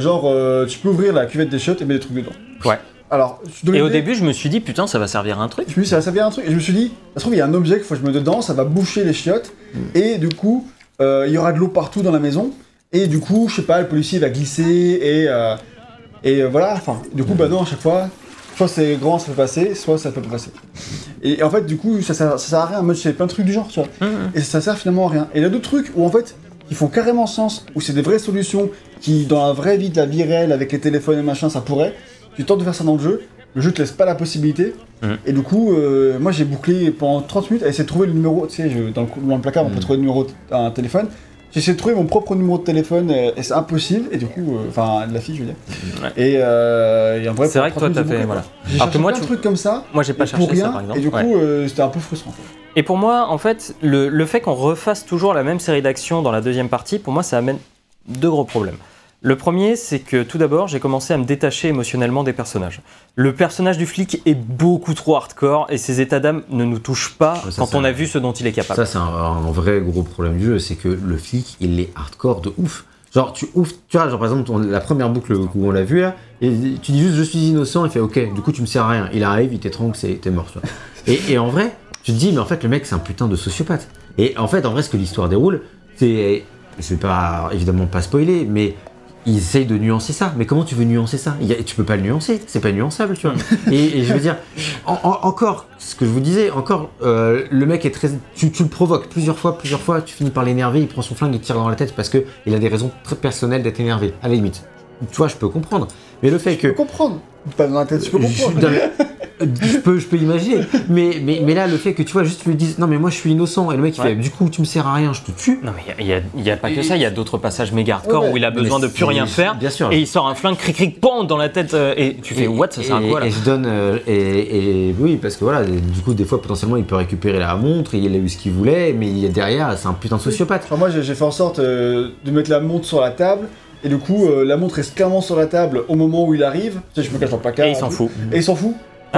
tu peux ouvrir la cuvette des chiottes et mettre des trucs dedans. Ouais. Alors, et au début, je me suis dit, putain, ça va servir à un truc. Je me suis dit, ça va servir à un truc. Et je me suis dit, ça se trouve, il y a un objet qu'il faut que je mette dedans, ça va boucher les chiottes. Et du coup, il y aura de l'eau partout dans la maison. Et du coup, je sais pas, le policier va glisser et voilà. Enfin, du coup, bah non, à chaque fois, soit c'est grand, ça peut passer, soit ça peut pas passer. Et en fait, du coup, ça sert à rien. Moi, j'ai plein de trucs du genre, tu vois. Et ça sert finalement à rien. Et il y a d'autres trucs où en fait, qui font carrément sens, où c'est des vraies solutions qui, dans la vraie vie, de la vie réelle, avec les téléphones et machin, ça pourrait. Tu tentes de faire ça dans le jeu te laisse pas la possibilité. Et du coup, moi j'ai bouclé pendant 30 minutes à essayer de trouver le numéro. Tu sais, dans le placard, on peut trouver le numéro d'un téléphone. J'ai essayé de trouver mon propre numéro de téléphone et c'est impossible. Et du coup, enfin, de la fille, je veux dire. Et en vrai, c'est vrai que toi t'as fait. Voilà. J'ai cherché plein de trucs comme ça. Moi j'ai pas cherché pour rien, ça par exemple. Et du coup, c'était un peu frustrant. Et pour moi, en fait, le fait qu'on refasse toujours la même série d'actions dans la deuxième partie, pour moi, ça amène deux gros problèmes. Le premier, c'est que tout d'abord, j'ai commencé à me détacher émotionnellement des personnages. Le personnage du flic est beaucoup trop hardcore et ses états d'âme ne nous touchent pas quand on a vu ce dont il est capable. Ça, c'est un vrai gros problème du jeu, c'est que le flic, il est hardcore de ouf. Genre, tu ouvres, tu vois, genre par exemple, la première boucle où on l'a vu là, et tu dis juste je suis innocent, il fait ok, du coup tu me sers à rien. Il arrive, il t'étrangle, t'es mort, tu vois. Et en vrai, tu te dis, mais en fait, le mec c'est un putain de sociopathe. Et en fait, ce que l'histoire déroule, c'est. Je vais pas, évidemment pas spoiler, mais. Ils essayent de nuancer ça, mais comment tu veux nuancer ça ? Tu peux pas le nuancer, c'est pas nuançable, tu vois. Et je veux dire, encore, ce que je vous disais, le mec est très... Tu le provoques plusieurs fois, tu finis par l'énerver, il prend son flingue, il tire dans la tête parce qu'il a des raisons très personnelles d'être énervé, à la limite. Tu vois, je peux comprendre. Mais le fait que... Je peux comprendre. Pas dans la tête, je peux comprendre. Je peux imaginer. Mais là, le fait que tu vois, juste tu lui dises non, mais moi je suis innocent. Et le mec il fait du coup, tu me sers à rien, je te tue. Non, mais il y a pas que ça, il y a d'autres passages méga hardcore où il a besoin de plus rien faire. Bien sûr. Et il sort un flingue, cric, pom dans la tête. Et tu fais what, ça sert à quoi là ? Et je donne. Et oui, parce que voilà, du coup, des fois potentiellement il peut récupérer la montre, il a eu ce qu'il voulait, mais derrière, c'est un putain de sociopathe. Enfin, moi j'ai fait en sorte de mettre la montre sur la table. Et du coup, la montre reste clairement sur la table au moment où il arrive. Tu sais, je me cache dans le placard. Et il s'en fout. Et il s'en fout.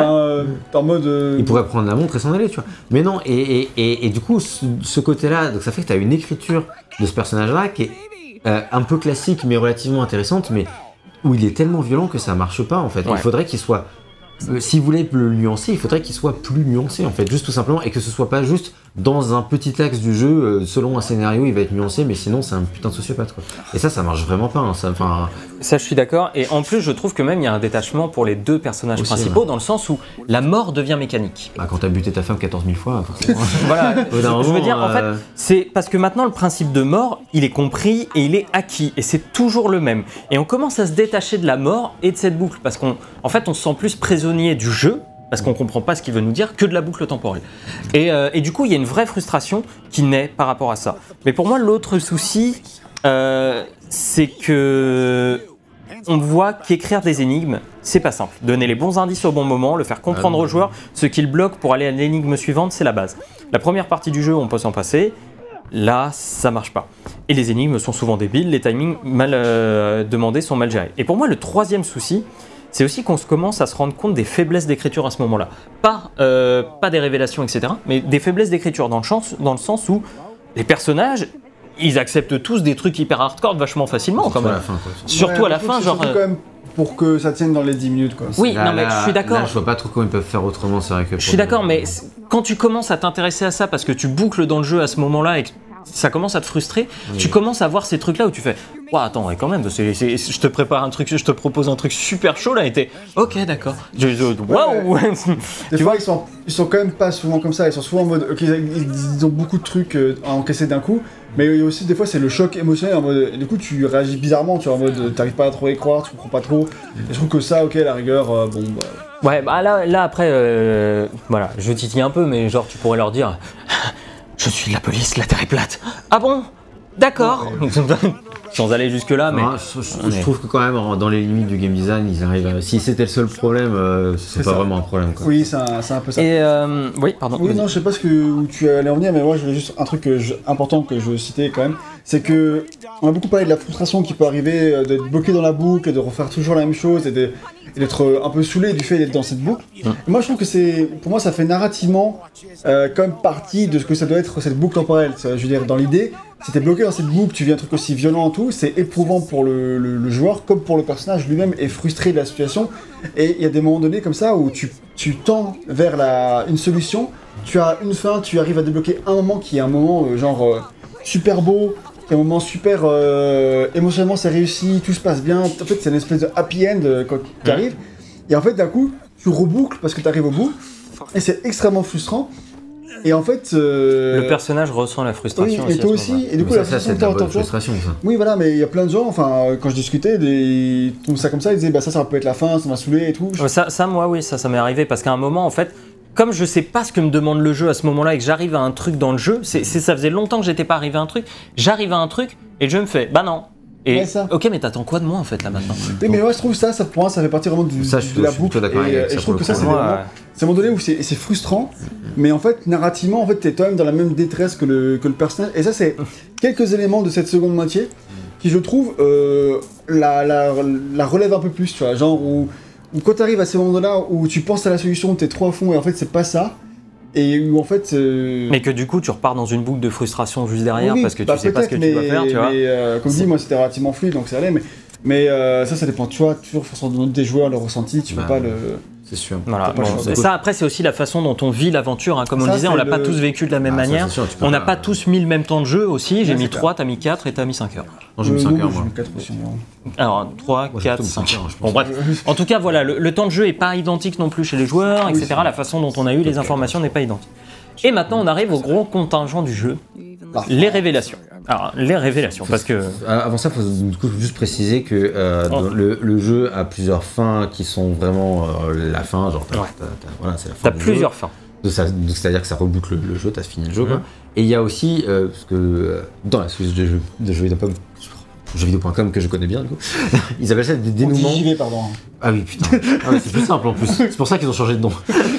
En mode. Il pourrait prendre la montre et s'en aller, tu vois. Mais non, et du coup, ce côté-là, donc ça fait que tu as une écriture de ce personnage-là qui est un peu classique, mais relativement intéressante, mais où il est tellement violent que ça marche pas, en fait. Ouais. Il faudrait qu'il soit. Si vous voulez le nuancer, il faudrait qu'il soit plus nuancé, en fait, juste tout simplement, et que ce soit pas juste dans un petit axe du jeu, selon un scénario, il va être nuancé, mais sinon, c'est un putain de sociopathe, quoi. Et ça marche vraiment pas, hein, Ça, je suis d'accord, et en plus, je trouve que même il y a un détachement pour les deux personnages principaux, dans le sens où la mort devient mécanique. Bah, quand t'as buté ta femme 14 000 fois, forcément. Voilà, je veux dire, en fait, c'est parce que maintenant, le principe de mort, il est compris et il est acquis, et c'est toujours le même. Et on commence à se détacher de la mort et de cette boucle, parce qu'en fait, on se sent plus prisonnier du jeu, parce qu'on comprend pas ce qu'il veut nous dire, que de la boucle temporelle. Et du coup, il y a une vraie frustration qui naît par rapport à ça. Mais pour moi, l'autre souci, c'est que on voit qu'écrire des énigmes, c'est pas simple. Donner les bons indices au bon moment, le faire comprendre aux joueurs, ce qu'il bloque pour aller à l'énigme suivante, c'est la base. La première partie du jeu, on peut s'en passer. Là, ça marche pas. Et les énigmes sont souvent débiles, les timings mal demandés sont mal gérés. Et pour moi, le troisième souci, c'est aussi qu'on commence à se rendre compte des faiblesses d'écriture à ce moment-là. Pas des révélations, etc., mais des faiblesses d'écriture dans le sens où les personnages, ils acceptent tous des trucs hyper hardcore vachement facilement. Quand même. À la fin, quoi. Surtout à la fin, genre... Quand même pour que ça tienne dans les 10 minutes, quoi. Oui, non, mais je suis d'accord. Là, je vois pas trop comment ils peuvent faire autrement, c'est vrai que... Je suis d'accord, mais quand tu commences à t'intéresser à ça, parce que tu boucles dans le jeu à ce moment-là et que ça commence à te frustrer, tu commences à voir ces trucs-là où tu fais « Ouah, attends, quand même, je te prépare un truc, je te propose un truc super chaud, là, et t'es « Ok, d'accord. » Waouh. Des fois, ils sont quand même pas souvent comme ça, ils sont souvent en mode « Ok, ils ont beaucoup de trucs à encaisser d'un coup », mais il y a aussi, des fois, c'est le choc émotionnel, en mode... Et du coup, tu réagis bizarrement, tu vois, en mode « T'arrives pas à trop y croire, tu comprends pas trop. » Et je trouve que ça, ok, à la rigueur, bon, bah... Ouais, bah là après, voilà, je titille un peu, mais genre, tu pourrais leur dire... Je suis de la police, la Terre est plate. Ah bon ? D'accord. Sans aller jusque là, mais je trouve que quand même dans les limites du game design, ils arrivent. Si c'était le seul problème, c'est pas vraiment un problème, quoi. Oui, c'est un peu ça. Et oui, pardon. Oui, non, je sais pas où tu allais en venir, mais moi, je voulais juste un truc important que je veux citer quand même, c'est que on a beaucoup parlé de la frustration qui peut arriver d'être bloqué dans la boucle, de refaire toujours la même chose et d'être un peu saoulé du fait d'être dans cette boucle. Et moi, je trouve que pour moi, ça fait narrativement quand même partie de ce que ça doit être cette boucle temporelle. Je veux dire, dans l'idée, si t'es bloqué dans cette boucle, tu vis un truc aussi violent et tout, c'est éprouvant pour le joueur comme pour le personnage lui-même est frustré de la situation. Et il y a des moments donnés comme ça où tu tends vers une solution, tu as une fin, tu arrives à débloquer un moment qui est un moment super beau, qui est un moment super émotionnellement c'est réussi, tout se passe bien. En fait, c'est une espèce de happy end quand tu arrives. Et en fait, d'un coup, tu reboucles parce que tu arrives au bout. Et c'est extrêmement frustrant. Et en fait... Le personnage ressent la frustration aussi. Et toi aussi. Et du coup, ça, c'est de la bonne frustration, ça. Oui, voilà, mais il y a plein de gens, enfin, quand je discutais, ils trouvent ça comme ça, ils disaient, bah ça peut être la fin, ça m'a saoulé et tout. Moi, oui, ça m'est arrivé parce qu'à un moment, en fait, comme je sais pas ce que me demande le jeu à ce moment-là et que j'arrive à un truc dans le jeu, ça faisait longtemps que j'étais pas arrivé à un truc, j'arrive à un truc et le jeu me fait, bah non. Et ok, mais t'attends quoi de moi en fait là maintenant ? Oui, mais moi je trouve ça pour moi ça fait partie vraiment de la boucle. Et je trouve que ça c'est un moment donné où c'est frustrant, mais en fait narrativement en fait t'es toi même dans la même détresse que le personnage. Et ça c'est quelques éléments de cette seconde moitié qui je trouve la relève un peu plus, tu vois, genre où quand t'arrives à ces moments-là où tu penses à la solution, t'es trop à fond et en fait c'est pas ça. et où en fait... Mais que du coup, tu repars dans une boucle de frustration juste derrière parce que tu sais pas ce que tu dois faire, tu vois. Comme dit, moi c'était relativement fluide, donc ça allait, mais ça dépend, tu vois, toujours façon des joueurs, le ressenti, tu peux pas le... C'est sûr. Voilà. Ça, après, c'est aussi la façon dont on vit l'aventure. Comme on le disait, on l'a pas tous vécu de la même manière. On n'a pas tous mis le même temps de jeu aussi. J'ai mis 3, t'as mis 4 et t'as mis 5 heures. Non, j'ai mis 5 heures, moi. J'ai mis 4 aussi, moi. Alors, 3, 4, 5 heures. Bon, bref. En tout cas, voilà, le temps de jeu est pas identique non plus chez les joueurs, etc. La façon dont on a eu les informations n'est pas identique. Et maintenant, on arrive au gros contingent du jeu, les révélations. Alors, les révélations, parce que... Avant ça, il faut du coup juste préciser que le jeu a plusieurs fins qui sont vraiment la fin, genre voilà, c'est la fin. T'as plusieurs fins. C'est-à-dire que ça reboucle le jeu, t'as fini le jeu, quoi. Et il y a aussi, parce que dans la suite de jeuxvideo.com que je connais bien, du coup, ils appellent ça des dénouements. JV, pardon. Ah oui, putain. Ah ouais, c'est plus simple en plus. C'est pour ça qu'ils ont changé de nom.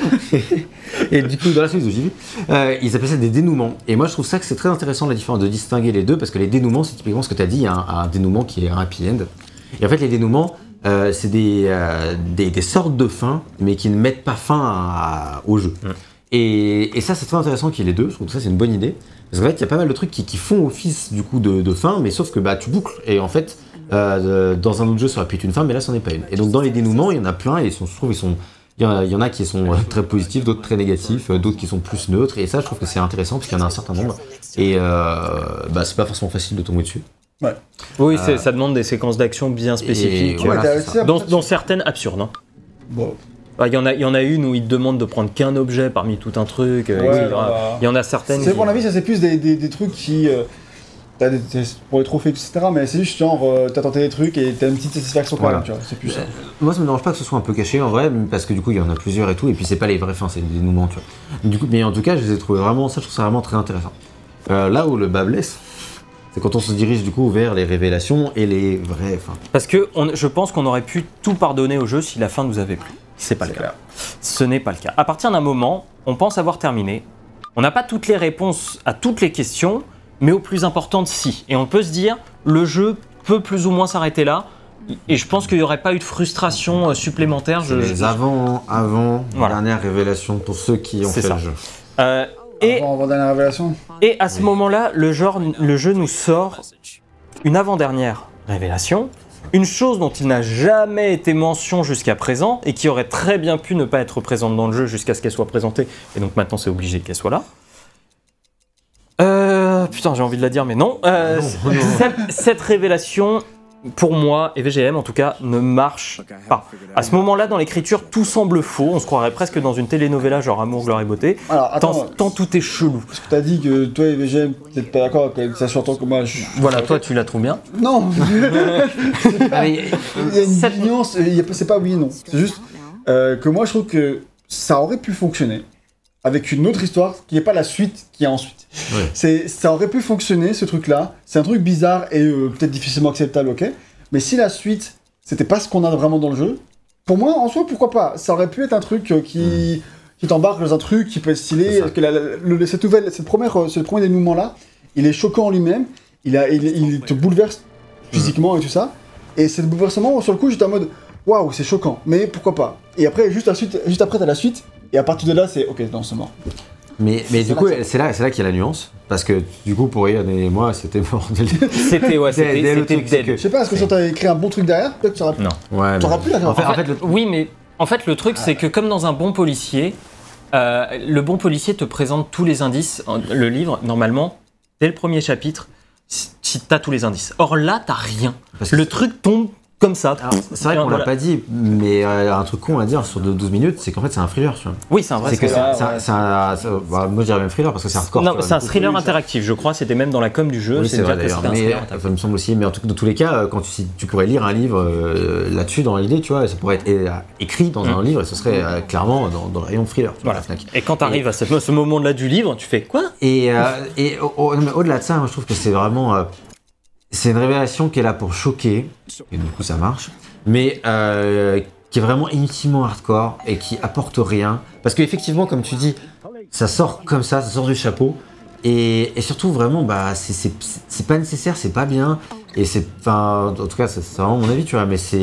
Et du coup, dans la suite de JV, ils appellent ça des dénouements. Et moi, je trouve ça que c'est très intéressant la différence de distinguer les deux, parce que les dénouements, c'est typiquement ce que tu as dit, il y a un dénouement qui est un happy end. Et en fait, les dénouements, c'est des sortes de fins, mais qui ne mettent pas fin au jeu. Et ça, c'est très intéressant qu'il y ait les deux. Je trouve que ça, c'est une bonne idée. Parce qu'en fait, il y a pas mal de trucs qui font office du coup de fin, mais sauf que tu boucles. Et en fait, dans un autre jeu, ça aurait pu être une fin, mais là, c'en est pas une. Et donc, dans les dénouements, il y en a plein, et je trouve il y en a qui sont très positifs, d'autres très négatifs, d'autres qui sont plus neutres. Et ça, je trouve que c'est intéressant, parce qu'il y en a un certain nombre. Et c'est pas forcément facile de tomber dessus. Ouais. Oui, ça demande des séquences d'action bien spécifiques, dont certaines absurdes. Hein. Bon. Il y en a une où il te demande de prendre qu'un objet parmi tout un truc. Il y en a certaines. C'est mon avis, ça c'est plus des trucs qui. T'as pour les trophées, etc. Mais c'est juste genre, t'as tenté des trucs et t'as une petite satisfaction quand même, tu vois. C'est plus ça. Moi, ça me dérange pas que ce soit un peu caché en vrai, parce que du coup, il y en a plusieurs et tout, et puis c'est pas les vraies fins, c'est des dénouements, tu vois. Du coup, mais en tout cas, je les ai trouvés vraiment, ça, je trouve ça vraiment très intéressant. Là où le bas blesse, c'est quand on se dirige du coup vers les révélations et les vraies fins. Parce que je pense qu'on aurait pu tout pardonner au jeu si la fin nous avait plu. C'est pas le cas. Ce n'est pas le cas. À partir d'un moment, on pense avoir terminé. On n'a pas toutes les réponses à toutes les questions, mais aux plus importantes, si. Et on peut se dire, le jeu peut plus ou moins s'arrêter là. Et je pense qu'il n'y aurait pas eu de frustration supplémentaire. Les avant dernière révélation pour ceux qui ont fait le jeu. Avant dernière révélation. Et à ce moment-là, le jeu nous sort une avant-dernière révélation. Une chose dont il n'a jamais été mention jusqu'à présent et qui aurait très bien pu ne pas être présente dans le jeu jusqu'à ce qu'elle soit présentée. Et donc maintenant c'est obligé qu'elle soit là. Putain, j'ai envie de la dire, mais non. Cette révélation, pour moi, et VGM en tout cas, ne marche pas. À ce moment-là, dans l'écriture, tout semble faux. On se croirait presque dans une telenovela genre Amour, gloire et beauté. Alors, attends, tant tout est chelou. Parce que t'as dit que toi et VGM, t'es pas d'accord avec ça, surtout que moi Voilà, toi tu la trouves bien. Non. Il y a une nuance, c'est pas oui et non. C'est juste que moi je trouve que ça aurait pu fonctionner avec une autre histoire qui n'est pas la suite qui est ensuite. Ouais. Ça aurait pu fonctionner ce truc-là. C'est un truc bizarre et peut-être difficilement acceptable, ok. Mais si la suite, c'était pas ce qu'on a vraiment dans le jeu, pour moi, en soi, pourquoi pas. Ça aurait pu être un truc qui t'embarque dans un truc qui peut être stylé. Parce que ce premier dénouement-là, il est choquant en lui-même. Il te bouleverse physiquement et tout ça. Et c'est le bouleversement, sur le coup, j'étais en mode waouh, c'est choquant, mais pourquoi pas. Et après, juste après, t'as la suite. Et à partir de là, c'est ok, non, c'est mort. Mais du coup, c'est là qu'il y a la nuance. Parce que du coup, pour Ian et moi, c'était mort dès le C'était Je sais pas, est-ce que si t'avais écrit un bon truc derrière, peut-être que tu aurais pu. Non. Ouais, t'aurais pu la faire. Oui, mais en fait, le truc, c'est que comme dans un bon policier, le bon policier te présente tous les indices. Le livre, normalement, dès le premier chapitre, si t'as tous les indices. Or là, t'as rien. Le truc tombe comme ça. C'est vrai qu'on l'a pas dit, mais un truc con à dire sur 12 minutes, c'est qu'en fait c'est un thriller, tu vois. Oui, c'est un vrai thriller. Moi je dirais même thriller parce que c'est hardcore. Non, c'est un thriller interactif, je crois, c'était même dans la com du jeu. Oui, c'est vrai d'ailleurs, mais ça me semble aussi, mais en tout cas, dans tous les cas, quand tu pourrais lire un livre là-dessus, dans l'idée, tu vois, ça pourrait être écrit dans un livre et ce serait clairement dans le rayon thriller. Voilà. Et quand t'arrives à ce moment-là du livre, tu fais quoi ? Et au-delà de ça, moi je trouve que c'est vraiment... c'est une révélation qui est là pour choquer, et du coup ça marche, mais qui est vraiment inutilement hardcore et qui apporte rien. Parce qu'effectivement, comme tu dis, ça sort comme ça sort du chapeau, et surtout vraiment, c'est pas nécessaire, c'est pas bien, et en tout cas, c'est vraiment mon avis, tu vois, mais c'est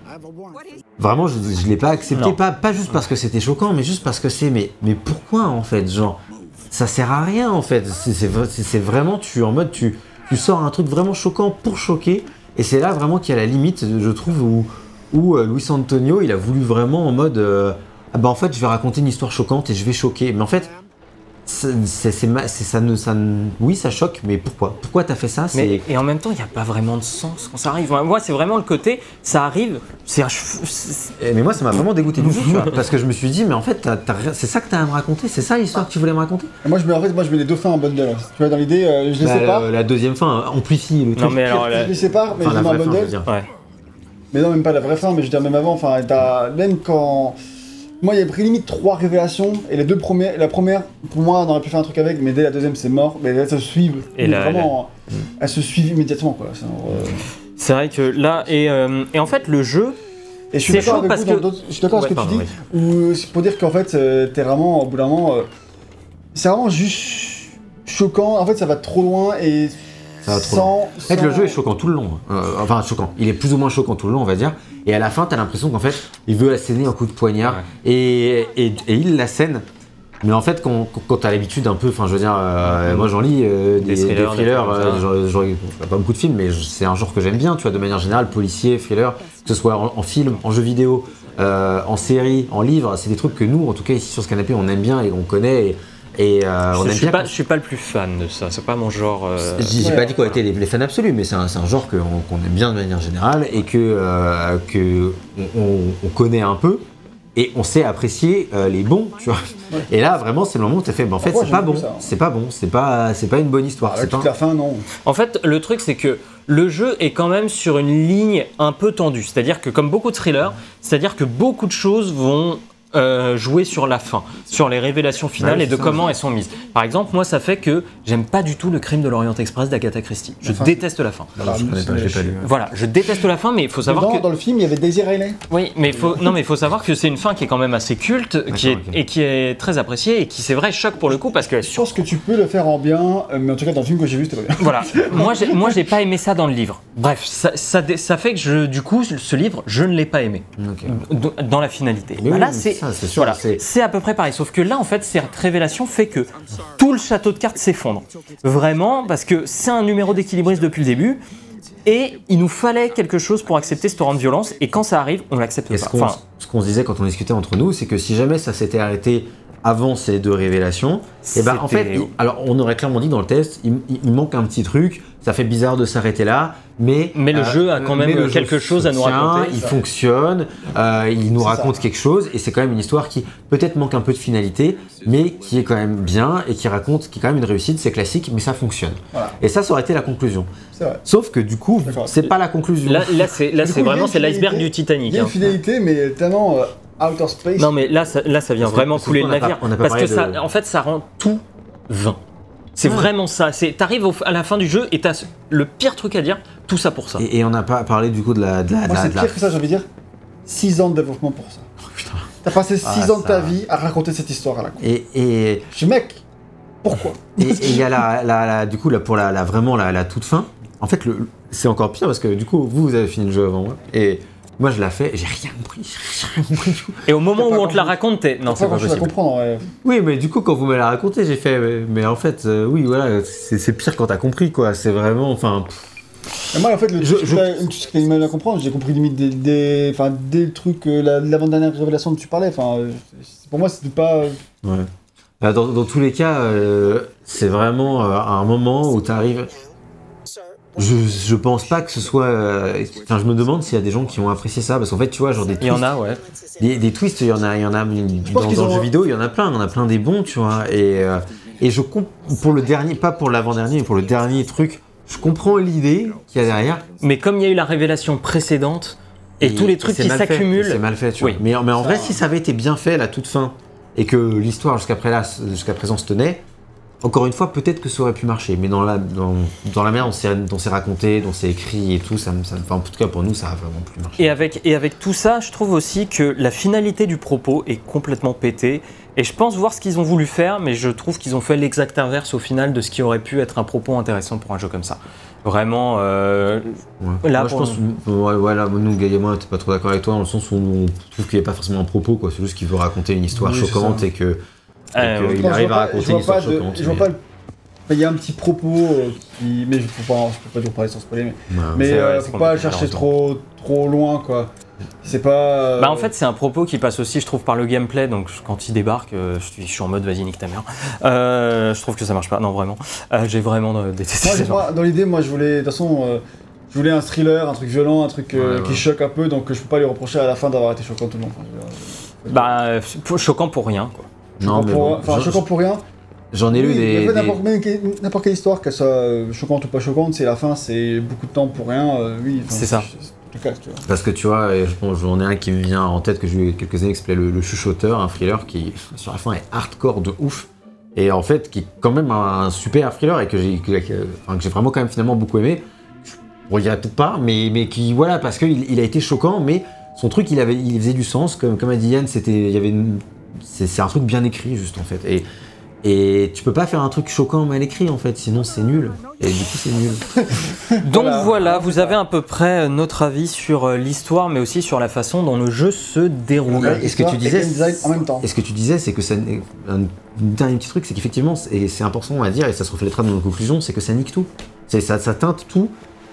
Vraiment, je l'ai pas accepté, pas juste parce que c'était choquant, mais juste parce que mais pourquoi en fait, genre, ça sert à rien en fait. C'est vraiment, tu sors un truc vraiment choquant pour choquer, et c'est là vraiment qu'il y a la limite, je trouve, où Luis Antonio, il a voulu vraiment en mode, en fait, je vais raconter une histoire choquante et je vais choquer, mais en fait. Oui, ça choque, mais pourquoi ? Pourquoi t'as fait ça ? Et en même temps, il n'y a pas vraiment de sens quand ça arrive. Moi, c'est vraiment le côté, ça arrive. Mais moi, ça m'a vraiment dégoûté du jeu, tu vois, parce que je me suis dit, mais en fait, c'est ça que t'as à me raconter ? C'est ça l'histoire que tu voulais me raconter ? Moi, je mets les deux fins en bundle. Tu vois, dans l'idée, je les sépare. La deuxième fin amplifie le truc. Non, mais alors, je les sépare, mais je les mets en bundle. Ouais. Mais non, même pas la vraie fin, mais je veux dire, même avant, même quand. Moi, il y a pris limite 3 révélations, et les 2 premières, la première, pour moi, on aurait pu faire un truc avec, mais dès la deuxième, c'est mort. Mais là, ça se suit. Elles se suivent immédiatement, quoi. C'est vrai que là, et en fait, le jeu. Et je suis d'accord avec vous, je suis d'accord avec ce que tu dis, ou c'est pour dire qu'en fait, t'es vraiment, au bout d'un moment, c'est vraiment juste choquant. En fait, ça va trop loin et. En fait, le jeu est choquant tout le long. Enfin, choquant. Il est plus ou moins choquant tout le long, on va dire. Et à la fin, t'as l'impression qu'en fait, il veut asséner un coup de poignard. Ouais. Et il l'assène. Mais en fait, quand t'as l'habitude un peu, enfin, je veux dire, moi j'en lis des thrillers. Pas beaucoup de films, mais c'est un genre que j'aime bien, tu vois, de manière générale, policier, thriller, que ce soit en film, en jeu vidéo, en série, en livre. C'est des trucs que nous, en tout cas, ici sur ce canapé, on aime bien et on connaît. Je suis pas le plus fan de ça, c'est pas mon genre. J'ai pas dit qu'on était les fans absolus, mais c'est un genre qu'on aime bien de manière générale et que on connaît un peu et on sait apprécier les bons, tu vois. Ouais. Et là vraiment c'est le moment où tu as fait, en fait c'est pas bon, c'est pas une bonne histoire. C'est toute la fin, non. En fait, le truc c'est que le jeu est quand même sur une ligne un peu tendue, c'est-à-dire que comme beaucoup de thrillers, c'est-à-dire que beaucoup de choses vont jouer sur la fin, sur les révélations finales et de comment elles sont mises. Par exemple, moi, ça fait que j'aime pas du tout le Crime de l'Orient Express d'Agatha Christie. Je déteste la fin. J'ai pas lu. Voilà, je déteste la fin, mais il faut savoir que dans le film, il y avait Daisy Riley. Oui, mais il faut savoir que c'est une fin qui est quand même assez culte, et qui est très appréciée et qui, c'est vrai, choque pour le coup parce que. Je pense que tu peux le faire en bien, mais en tout cas dans le film que j'ai vu, c'était pas bien. Voilà. moi, j'ai pas aimé ça dans le livre. Bref, ça fait que du coup, ce livre, je ne l'ai pas aimé dans la finalité. Là, c'est à peu près pareil, sauf que là en fait cette révélation fait que tout le château de cartes s'effondre. Vraiment, parce que c'est un numéro d'équilibriste depuis le début, et il nous fallait quelque chose pour accepter ce torrent de violence, et quand ça arrive, on l'accepte pas. Ce qu'on se disait quand on discutait entre nous, c'est que si jamais ça s'était arrêté avant ces 2 révélations, et en fait, alors on aurait clairement dit dans le test, il manque un petit truc, ça fait bizarre de s'arrêter là, mais le jeu a quand même quelque chose à nous raconter. Il fonctionne, il nous raconte quelque chose, et c'est quand même une histoire qui peut-être manque un peu de finalité, mais qui est quand même bien et qui est quand même une réussite. C'est classique, mais ça fonctionne. Voilà. Et ça aurait été la conclusion. Sauf que du coup, c'est pas la conclusion. Là, c'est vraiment l'iceberg du Titanic. Il y a une fidélité, mais tellement outer space. Non, mais là, ça vient vraiment couler le navire, parce que ça, en fait, ça rend tout vain. C'est vraiment ça. T'arrives à la fin du jeu et t'as le pire truc à dire, tout ça pour ça. Et on n'a pas parlé du coup de la. Moi, c'est pire que ça, j'ai envie de dire. 6 ans de développement pour ça. Oh, putain. T'as passé 6 ans de ta vie à raconter cette histoire à la con. Je suis mec. Pourquoi ? Et il y a du coup pour vraiment la toute fin. En fait, c'est encore pire parce que du coup, vous avez fini le jeu avant moi. Et moi, je l'ai fait, j'ai rien compris du coup. Et au moment où on te la raconte, non, c'est pas possible. Je comprendre, ouais. Oui, mais du coup, quand vous me la racontez, j'ai fait, mais en fait, oui, voilà, c'est pire quand t'as compris, quoi. C'est vraiment, enfin. Et moi, en fait, ce qui m'a mal à comprendre, j'ai compris limite des trucs, l'avant-dernière révélation que tu parlais. Enfin, pour moi, c'était pas. Ouais. Dans tous les cas, c'est vraiment à un moment où t'arrives. Je pense pas que ce soit. Enfin, je me demande s'il y a des gens qui ont apprécié ça, parce qu'en fait, tu vois, genre des twists. Il y en a, ouais. Des twists, il y en a dans le jeu vidéo, il y en a plein des bons, tu vois. Et pour le dernier, pas pour l'avant-dernier, mais pour le dernier truc, je comprends l'idée qu'il y a derrière. Mais comme il y a eu la révélation précédente et tous les trucs qui s'accumulent. C'est mal fait, tu vois. Mais en vrai, si ça avait été bien fait, la toute fin, et que l'histoire jusqu'à présent se tenait. encore une fois, peut-être que ça aurait pu marcher, mais dans la manière dont c'est raconté, dont c'est écrit et tout, en tout cas pour nous, ça a vraiment plus marché. Et avec tout ça, je trouve aussi que la finalité du propos est complètement pétée. Et je pense voir ce qu'ils ont voulu faire, mais je trouve qu'ils ont fait l'exact inverse au final de ce qui aurait pu être un propos intéressant pour un jeu comme ça. Vraiment, là, moi, je pense, nous, Gaël et moi, t'es pas trop d'accord avec toi, dans le sens où on trouve qu'il n'y a pas forcément un propos, quoi. C'est juste qu'il veut raconter une histoire choquante et qu'il arrive à raconter une histoire choquante. Il y a un petit propos mais je peux pas toujours parler sans spoiler, mais faut pas chercher trop loin, quoi. C'est pas. En fait, c'est un propos qui passe aussi, je trouve, par le gameplay. Donc, quand il débarque, je suis en mode vas-y, nique ta mère. Je trouve que ça marche pas. Non, vraiment. J'ai vraiment détesté ça. Moi, dans l'idée, je voulais. De toute façon, je voulais un thriller, un truc violent, un truc qui choque un peu. Donc, je peux pas lui reprocher à la fin d'avoir été choquant tout le monde. Choquant pour rien, quoi. Choquant pour rien. J'en ai lu des. N'importe quelle histoire, qu'elle soit choquante ou pas choquante, c'est la fin, c'est beaucoup de temps pour rien. C'est ça. Parce que tu vois, j'en ai un qui me vient en tête que j'ai eu il y a quelques années qui s'appelait Le Chuchoteur, un thriller qui sur la fin est hardcore de ouf et en fait qui est quand même un super thriller et que j'ai vraiment quand même finalement beaucoup aimé. Je ne dirais peut-être pas, mais qui voilà parce qu'il a été choquant, mais son truc il faisait du sens comme a dit Yann, c'est un truc bien écrit juste en fait et tu peux pas faire un truc choquant mal écrit en fait, sinon c'est nul. Et du coup c'est nul. Donc voilà, vous avez à peu près notre avis sur l'histoire, mais aussi sur la façon dont le jeu se déroule. Et ce que tu disais, en même temps. Et ce que tu disais, c'est que ça, un dernier petit truc, c'est qu'effectivement, et c'est important à dire, et ça se reflètera dans nos conclusions, c'est que ça nique tout. Ça teinte tout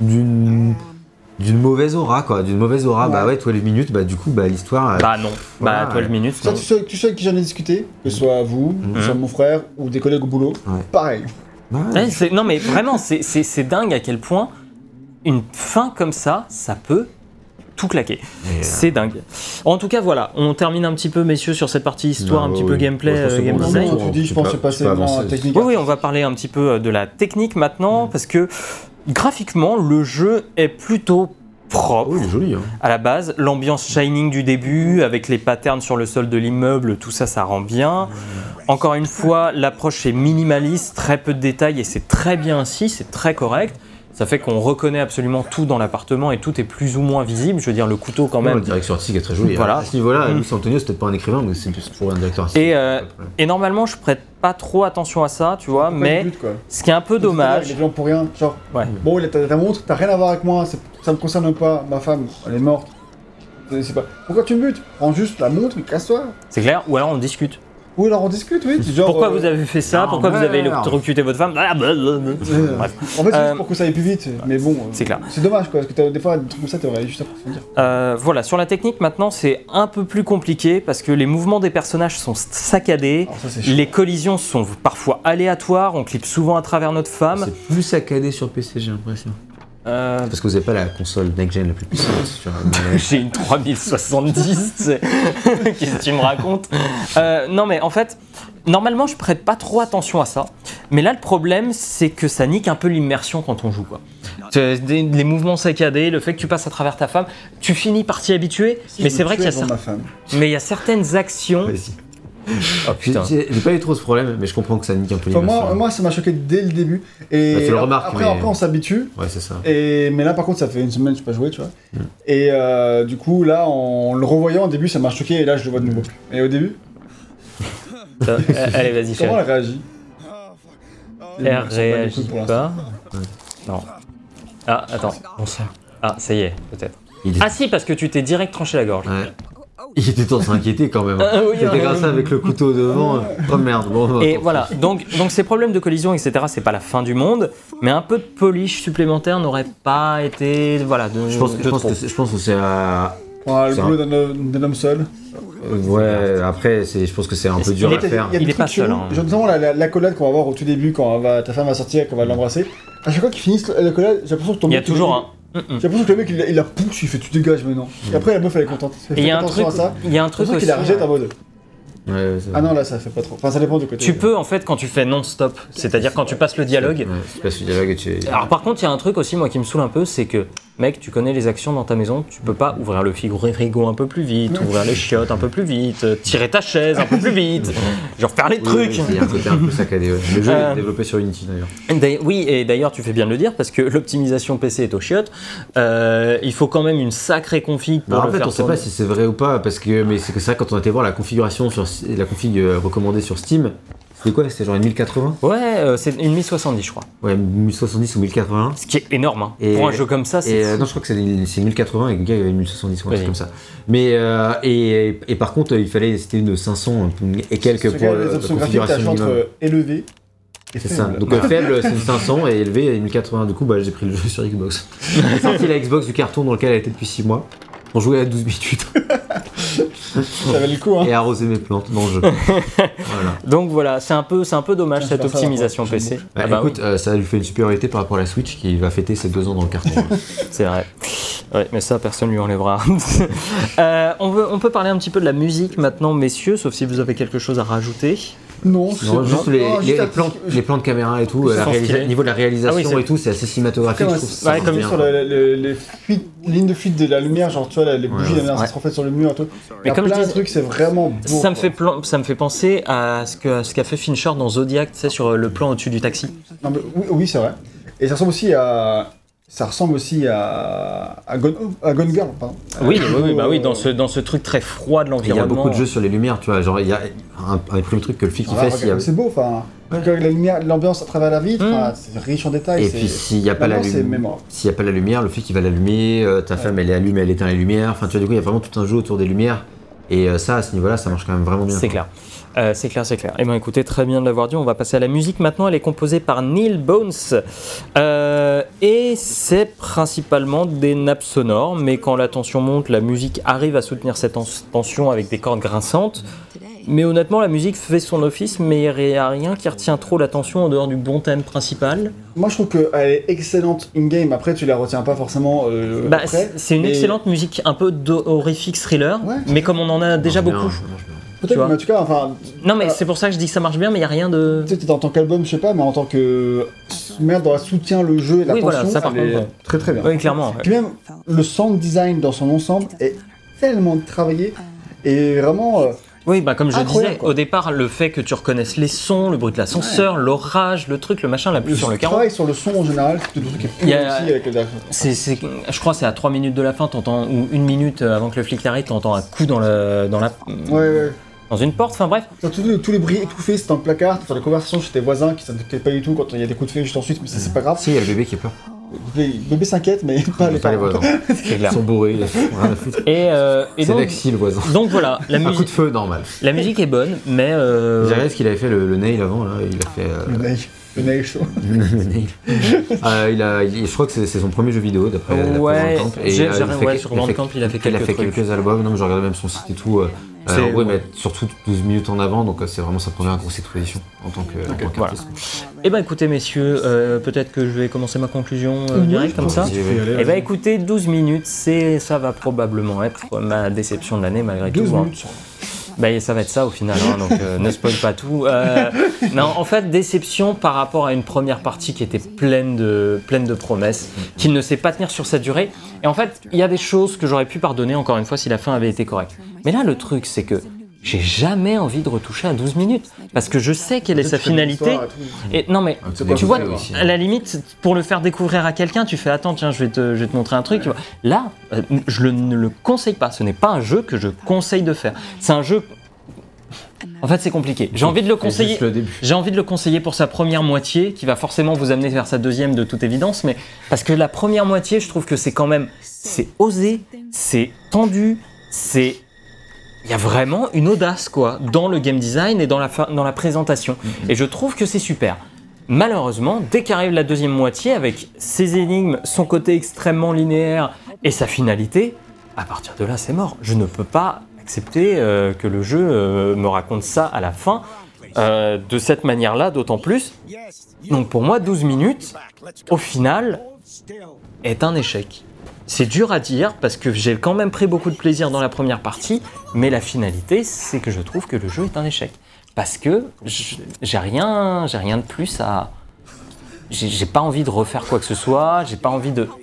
d'une mauvaise aura, quoi. D'une mauvaise aura, 12 minutes, du coup, l'histoire. 12 minutes. Ça, tu sais avec qui j'en ai discuté, que ce soit vous, que ce soit mon frère ou des collègues au boulot, pareil. Non, mais vraiment, c'est dingue à quel point une fin comme ça peut tout claquer. C'est dingue. En tout cas, voilà, on termine un petit peu, messieurs, sur cette partie histoire, un petit peu gameplay, game design. Je pense que passer en technique. Oui, on va parler un petit peu de la technique maintenant, parce que graphiquement, le jeu est plutôt propre. Oui, il est joli. À la base, l'ambiance Shining du début, avec les patterns sur le sol de l'immeuble, tout ça, ça rend bien. Encore une fois, l'approche est minimaliste, très peu de détails, et c'est très bien ainsi, c'est très correct. Ça fait qu'on reconnaît absolument tout dans l'appartement et tout est plus ou moins visible. Je veux dire, le couteau quand même. Le directeur artistique est très joli. Voilà. À ce niveau-là, Luis Antonio, c'est peut-être pas un écrivain, mais c'est pour un directeur artistique. Et normalement, je prête pas trop attention à ça, tu vois, mais ce qui est un peu dommage. Les gens pour rien, genre, bon, ta montre, t'as rien à voir avec moi, ça me concerne pas, ma femme, elle est morte. C'est pas. Pourquoi tu me butes? Prends juste la montre et casse-toi. C'est clair, ou alors on discute. Oui, alors on discute, oui. Genre, pourquoi vous avez fait ça? Pourquoi vous avez électrocuté votre femme? Bref. En fait, c'est juste pour que ça aille plus vite, mais bon. C'est clair. C'est dommage, quoi, parce que des fois, des trucs comme ça, t'aurais juste à approfondir. Voilà, sur la technique, maintenant, c'est un peu plus compliqué parce que les mouvements des personnages sont saccadés. Les collisions sont parfois aléatoires. On clique souvent à travers notre femme. C'est plus saccadé sur PC, j'ai l'impression. Parce que vous n'avez pas la console next-gen la plus puissante. J'ai une 3070, qu'est-ce que tu me racontes? Non mais en fait, normalement je prête pas trop attention à ça, mais là le problème c'est que ça nique un peu l'immersion quand on joue, quoi. Les mouvements saccadés, le fait que tu passes à travers ta femme, tu finis par t'y habituer, mais c'est vrai qu'il y a certaines actions... Oh, putain. J'ai pas eu trop ce problème, mais je comprends que ça nique un peu l'immersion. Moi, ça m'a choqué dès le début. Et tu le remarques, après, on s'habitue. Ouais, c'est ça. Mais là, par contre, ça fait une semaine que je n'ai pas joué, tu vois. Et du coup, là, en le revoyant au début, ça m'a choqué, et là, je le vois de nouveau. Et au début allez, vas-y, comment elle réagit? Elle réagit pas. Non. Ah, attends. Ah, ça y est, peut-être. Ah si, parce que tu t'es direct tranché la gorge. Ouais. Il était temps de s'inquiéter quand même. C'était grâce à avec le couteau devant. Oh merde. Bon, et voilà, donc ces problèmes de collision, etc., c'est pas la fin du monde, mais un peu de polish supplémentaire n'aurait pas été. Voilà, je pense que c'est à. Le boulot d'un homme seul. Ouais, après, je pense que c'est un peu dur à faire. Il est pas seul. Notamment l'accolade qu'on va voir au tout début quand ta femme va sortir, qu'on va l'embrasser. À chaque fois qu'ils finissent l'accolade, j'ai l'impression que ton mec. Il y a toujours un. J'ai l'impression que le mec il la pousse, il fait tu dégages maintenant. Et après la meuf elle est contente. Et il y a un truc aussi. Il la rejette en mode. Ouais, ah non, là ça fait pas trop. Enfin, ça dépend du côté. Tu peux en fait quand tu fais non-stop, c'est-à-dire quand tu passes le dialogue. Ouais, tu passes le dialogue et tu. Alors par contre, il y a un truc aussi moi qui me saoule un peu, c'est que Mec, tu connais les actions dans ta maison, tu peux pas ouvrir le frigo un peu plus vite, ouvrir les chiottes un peu plus vite, tirer ta chaise un peu plus vite, genre faire les trucs. Il y a un côté un peu saccadé. Le jeu est développé sur Unity d'ailleurs. Oui, et d'ailleurs tu fais bien de le dire parce que l'optimisation PC est aux chiottes. Il faut quand même une sacrée config pour le faire. En fait, on sait pas si c'est vrai ou pas mais c'est que ça quand on était voir la configuration sur la config recommandée sur Steam. C'était quoi? C'était genre une 1080? Ouais, c'est une 1070 je crois. Ouais, 1070 ou 1080. Ce qui est énorme, hein. Pour un jeu comme ça, c'est... non, je crois que c'est 1080 et le gars il avait une 1070 ou un truc comme ça. Mais, et par contre, c'était une 500 et quelques pour les options graphiques, t'as entre élevé et c'est ça. Donc faible, c'est une 500 et élevé, une 1080. Du coup, j'ai pris le jeu sur Xbox. J'ai sorti la Xbox du carton dans lequel elle était depuis 6 mois. On jouait à 12 minutes. Ça valait le coup, hein. Et arroser mes plantes dans le jeu. Voilà. Donc voilà, c'est un peu dommage cette optimisation PC. Écoute, ça lui fait une supériorité par rapport à la Switch qui va fêter ses 2 ans dans le carton. C'est vrai. Ouais, mais ça, personne lui enlèvera. On peut parler un petit peu de la musique maintenant, messieurs, sauf si vous avez quelque chose à rajouter. Non, juste les plans de caméra et tout, niveau de la réalisation et tout, c'est assez cinématographique. Je trouve ça comme sur les lignes de fuite de la lumière, genre tu vois les bougies de la lumière, ça se reflète sur le mur et tout. Mais comme plein de trucs, c'est vraiment beau. Ça me fait penser à ce qu'a fait Fincher dans Zodiac, tu sais, sur le plan au-dessus du taxi. Non, mais oui, c'est vrai. Et ça ressemble aussi à Gone Girl, pardon. Oui, dans ce truc très froid de l'environnement. Il y a beaucoup de jeux sur les lumières, tu vois. Genre, il y a un premier truc que le flic fait. C'est beau, enfin. La lumière, l'ambiance à travers la vitre, c'est riche en détails. Et puis s'il n'y a pas la lumière, le flic il va l'allumer. Ta femme elle est allumée, elle éteint les lumières. Enfin, tu vois, du coup, il y a vraiment tout un jeu autour des lumières. Et ça, à ce niveau-là, ça marche quand même vraiment bien. C'est clair. C'est clair. Eh bien, écoutez, très bien de l'avoir dit. On va passer à la musique maintenant. Elle est composée par Neil Bones. Et c'est principalement des nappes sonores. Mais quand la tension monte, la musique arrive à soutenir cette tension avec des cordes grinçantes. Mais honnêtement, la musique fait son office, mais il n'y a rien qui retient trop l'attention en dehors du bon thème principal. Moi, je trouve qu'elle est excellente in-game. Après, tu la retiens pas forcément après. C'est une excellente musique, un peu horrifique thriller, mais comme on en a déjà beaucoup. Peut-être, mais en tout cas, enfin... Non, mais c'est pour ça que je dis que ça marche bien, mais il n'y a rien de... Tu sais, en tant qu'album, je sais pas, mais en tant que... Merde, dans la soutien, le jeu et la tension, ça, par contre, très très bien. Oui, clairement. Puis même, le sound design dans son ensemble est tellement travaillé, et vraiment... Oui, comme je disais, au départ, le fait que tu reconnaisses les sons, le bruit de l'ascenseur, l'orage, le truc, le machin, la pluie sur le carreau. Le travail sur le son en général, c'est le truc qui est plus aussi avec le je crois que c'est à 3 minutes de la fin, t'entends, ou 1 minute avant que le flic t'arrête, t'entends un coup dans la... Ouais. Dans une porte, enfin bref. Tous les bruits étouffés, c'est dans le placard, t'entends des conversations chez tes voisins qui s'inquiètent pas du tout quand il y a des coups de feu juste ensuite, mais ça c'est pas grave. Si, il y a le bébé qui est peur. Le bébé s'inquiète, mais pas les voisins. Ils sont bourrés, rien à foutre. Et c'est Lexi le voisin. Donc voilà, la musique. Un coup de feu normal. La musique est bonne, mais. J'ai regardé ce qu'il avait fait le nail avant, là. Il a fait. Le nail show. Le nail. Je crois que c'est son premier jeu vidéo d'après Bandcamp. Sur Bandcamp, il a fait quelques albums. Non, mais je regardais même son site et tout. Mais surtout 12 minutes en avant, donc c'est vraiment sa première grosse exposition en tant qu'artiste. Voilà. Eh bien écoutez messieurs, peut-être que je vais commencer ma conclusion direct comme ça. Eh bien écoutez, 12 minutes, ça va probablement être ma déception de l'année malgré tout. 12 minutes. Ça va être ça au final, donc ne spoil pas tout. Non, en fait, déception par rapport à une première partie qui était pleine de promesses, qui ne sait pas tenir sur sa durée. Et en fait, il y a des choses que j'aurais pu pardonner, encore une fois, si la fin avait été correcte. Mais là, le truc, c'est que j'ai jamais envie de retoucher à 12 minutes, parce que je sais quelle est sa finalité. Et non mais, tu vois, à la limite, pour le faire découvrir à quelqu'un, tu fais « Attends, tiens, je vais te montrer un truc. » Là, je ne le conseille pas. Ce n'est pas un jeu que je conseille de faire. C'est un jeu... En fait, c'est compliqué. J'ai envie de le conseiller. J'ai envie de le conseiller pour sa première moitié, qui va forcément vous amener vers sa deuxième de toute évidence, mais parce que la première moitié, je trouve que c'est quand même, c'est osé, c'est tendu, c'est, il y a vraiment une audace quoi dans le game design et dans la présentation. Et je trouve que c'est super. Malheureusement, dès qu'arrive la deuxième moitié, avec ses énigmes, son côté extrêmement linéaire et sa finalité, à partir de là, c'est mort. Je ne peux pas accepter que le jeu me raconte ça à la fin de cette manière-là, d'autant plus. Donc pour moi, 12 minutes, au final, est un échec. C'est dur à dire parce que j'ai quand même pris beaucoup de plaisir dans la première partie, mais la finalité, c'est que je trouve que le jeu est un échec. Parce que j'ai rien de plus à... J'ai pas envie de refaire quoi que ce soit, j'ai pas envie de...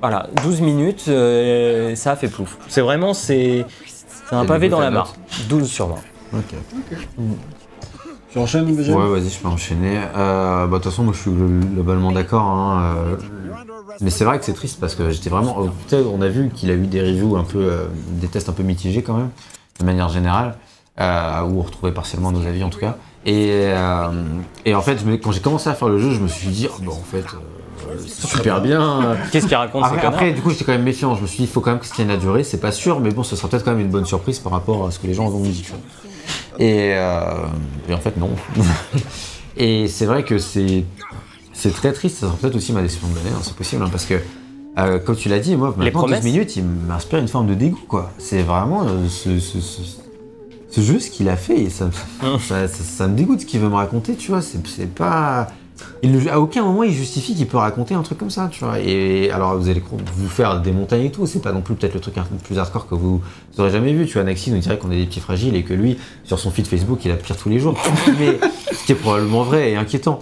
voilà, 12 minutes, ça a fait plouf. C'est vraiment, c'est un pavé dans la mare. 12 sur 20. Ok. Tu enchaînes déjà ? Ouais, vas-y, je peux enchaîner. De toute façon, moi, je suis globalement d'accord. Hein, mais c'est vrai que c'est triste parce que j'étais vraiment... on a vu qu'il a eu des reviews un peu... des tests un peu mitigés quand même, de manière générale, où on retrouvait partiellement nos avis en tout cas. Et en fait, quand j'ai commencé à faire le jeu, je me suis dit, en fait... c'est super bien. Qu'est-ce qu'il raconte après, du coup, j'étais quand même méfiant. Je me suis dit, il faut quand même que ça tienne la durée. C'est pas sûr, mais bon, ce sera peut-être quand même une bonne surprise par rapport à ce que les gens vont me dire. Et en fait, non. Et c'est vrai que c'est très triste. Ça sera peut-être aussi ma décision de l'année. Hein, c'est possible, hein, parce que, comme tu l'as dit, moi, maintenant, 12 minutes, il m'inspire une forme de dégoût, quoi. C'est vraiment ce jeu, ce qu'il a fait, et ça me dégoûte ce qu'il veut me raconter, tu vois. C'est pas... à aucun moment il justifie qu'il peut raconter un truc comme ça, tu vois. Et alors vous allez vous faire des montagnes et tout, c'est pas non plus peut-être le truc un peu plus hardcore que vous aurez jamais vu, tu vois. Naxi nous dirait qu'on est des petits fragiles et que lui, sur son feed Facebook, il a pire tous les jours. Mais ce qui est probablement vrai et inquiétant.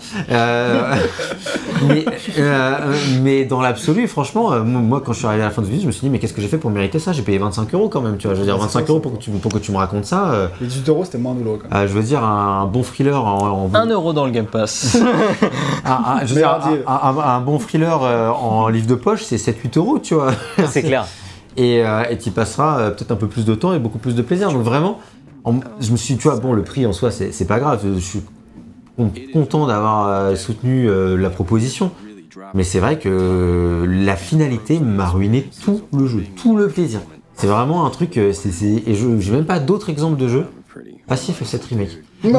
Mais dans l'absolu, franchement, moi quand je suis arrivé à la fin de ce vidéo, je me suis dit mais qu'est-ce que j'ai fait pour mériter ça ? J'ai payé 25€ quand même, tu vois. Je veux dire 25€ pour que tu me racontes ça. Les 18€ c'était moins douloureux quand même. Je veux dire un bon thriller en 1€ dans le Game Pass. Je veux dire, un bon thriller en livre de poche, c'est 7-8€, tu vois. C'est clair. Et tu y passeras peut-être un peu plus de temps et beaucoup plus de plaisir. Donc vraiment, je me suis dit, tu vois, bon, le prix en soi, c'est pas grave. Je suis content d'avoir soutenu la proposition. Mais c'est vrai que la finalité m'a ruiné tout le jeu, tout le plaisir. C'est vraiment un truc, et j'ai même pas d'autres exemples de jeux. Ah si, F7 Remake.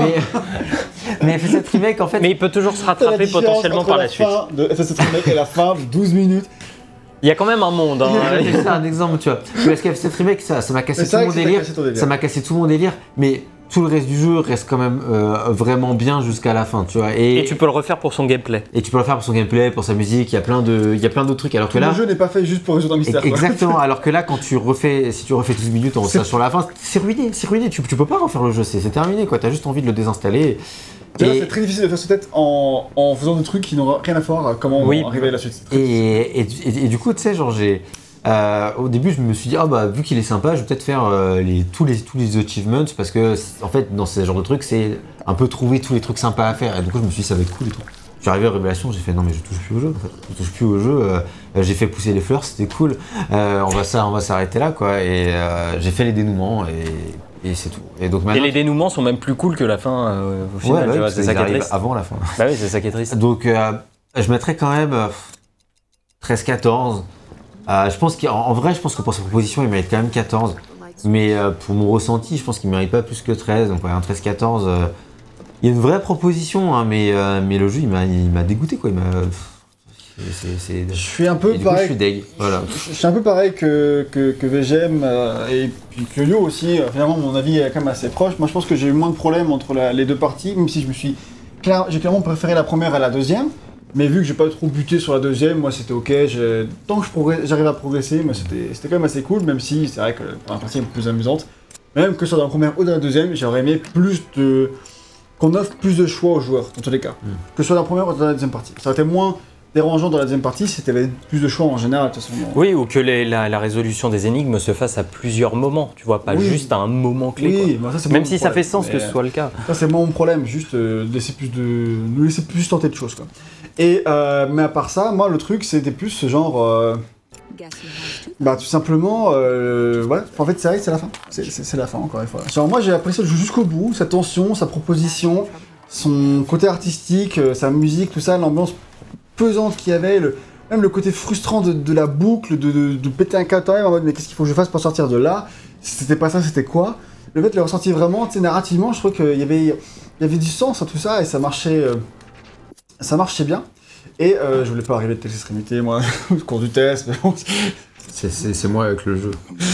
Mais F7 Remake, en fait... Mais il peut toujours se rattraper potentiellement par la suite. De F7 Remake et la fin de 12 minutes. Il y a quand même un monde. Hein. C'est un exemple, tu vois. Parce que F7 Remake, ça m'a cassé tout mon délire. Ça m'a cassé tout mon délire. Mais tout le reste du jeu reste quand même vraiment bien jusqu'à la fin, tu vois. Et tu peux le refaire pour son gameplay. Et tu peux le faire pour son gameplay, pour sa musique. Il y a plein d'autres trucs. Alors que là, le jeu n'est pas fait juste pour résoudre un mystère. Exactement. Alors que là, quand si tu refais 12 minutes en ça sur la fin, c'est ruiné. Tu peux pas refaire le jeu. C'est terminé, quoi. T'as juste envie de le désinstaller. C'est très difficile de faire ce tête en faisant des trucs qui n'ont rien à voir à comment arriver à la suite. Et du coup, tu sais, genre au début, je me suis dit, vu qu'il est sympa, je vais peut-être faire tous les achievements parce que, en fait, dans ce genre de trucs, c'est un peu trouver tous les trucs sympas à faire. Et du coup, je me suis dit, ça va être cool et tout. Je suis arrivé à Révélation, j'ai fait, non, mais je touche plus au jeu, en fait. Je touche plus au jeu. J'ai fait pousser les fleurs, c'était cool. On va s'arrêter là, quoi. Et j'ai fait les dénouements et c'est tout. Et les dénouements sont même plus cool que la fin au final, tu vois, c'est ça qui est triste. Avant la fin. Bah oui, c'est ça qui est triste. Donc, je mettrais quand même 13-14. Je pense qu'en vrai, je pense que pour sa proposition, il mérite quand même 14. Mais pour mon ressenti, je pense qu'il ne mérite pas plus que 13. Donc, un 13-14. Il y a une vraie proposition, hein, mais le jeu, il m'a dégoûté, quoi. Je suis un peu pareil. Je suis deg. Voilà. Je suis un peu pareil que VGM et puis que Yo aussi. Finalement, mon avis est quand même assez proche. Moi, je pense que j'ai eu moins de problèmes entre les deux parties, même si j'ai clairement préféré la première à la deuxième. Mais vu que j'ai pas trop buté sur la deuxième, moi c'était ok. Tant que j'arrive à progresser, mais c'était quand même assez cool, même si c'est vrai que la première partie est plus amusante. Même que ce soit dans la première ou dans la deuxième, j'aurais aimé qu'on offre plus de choix aux joueurs, dans tous les cas. Que ce soit dans la première ou dans la deuxième partie. Ça aurait été moins dérangeant dans la deuxième partie si tu avais plus de choix en général. De toute façon. Oui, ou que la résolution des énigmes se fasse à plusieurs moments, tu vois, pas juste à un moment clé. Oui, quoi. Bah ça, même si ça fait sens que ce soit le cas. Ça c'est mon problème, juste nous laisser plus tenter de choses, quoi. Et mais à part ça, moi le truc c'était plus ce genre... tout simplement, en fait c'est vrai que c'est la fin. C'est la fin encore une fois. Genre moi j'ai apprécié le jeu jusqu'au bout, sa tension, sa proposition, son côté artistique, sa musique, tout ça, l'ambiance pesante qu'il y avait, même le côté frustrant de la boucle, de péter un câble en mode mais qu'est-ce qu'il faut que je fasse pour sortir de là ? Si c'était pas ça, c'était quoi ? Le fait de le ressentir vraiment, tu sais, narrativement, je trouve qu'il y avait du sens à tout ça et ça marchait bien. Et je voulais pas arriver de telle extrémité, moi, au cours du test, mais bon. C'est moi avec le jeu.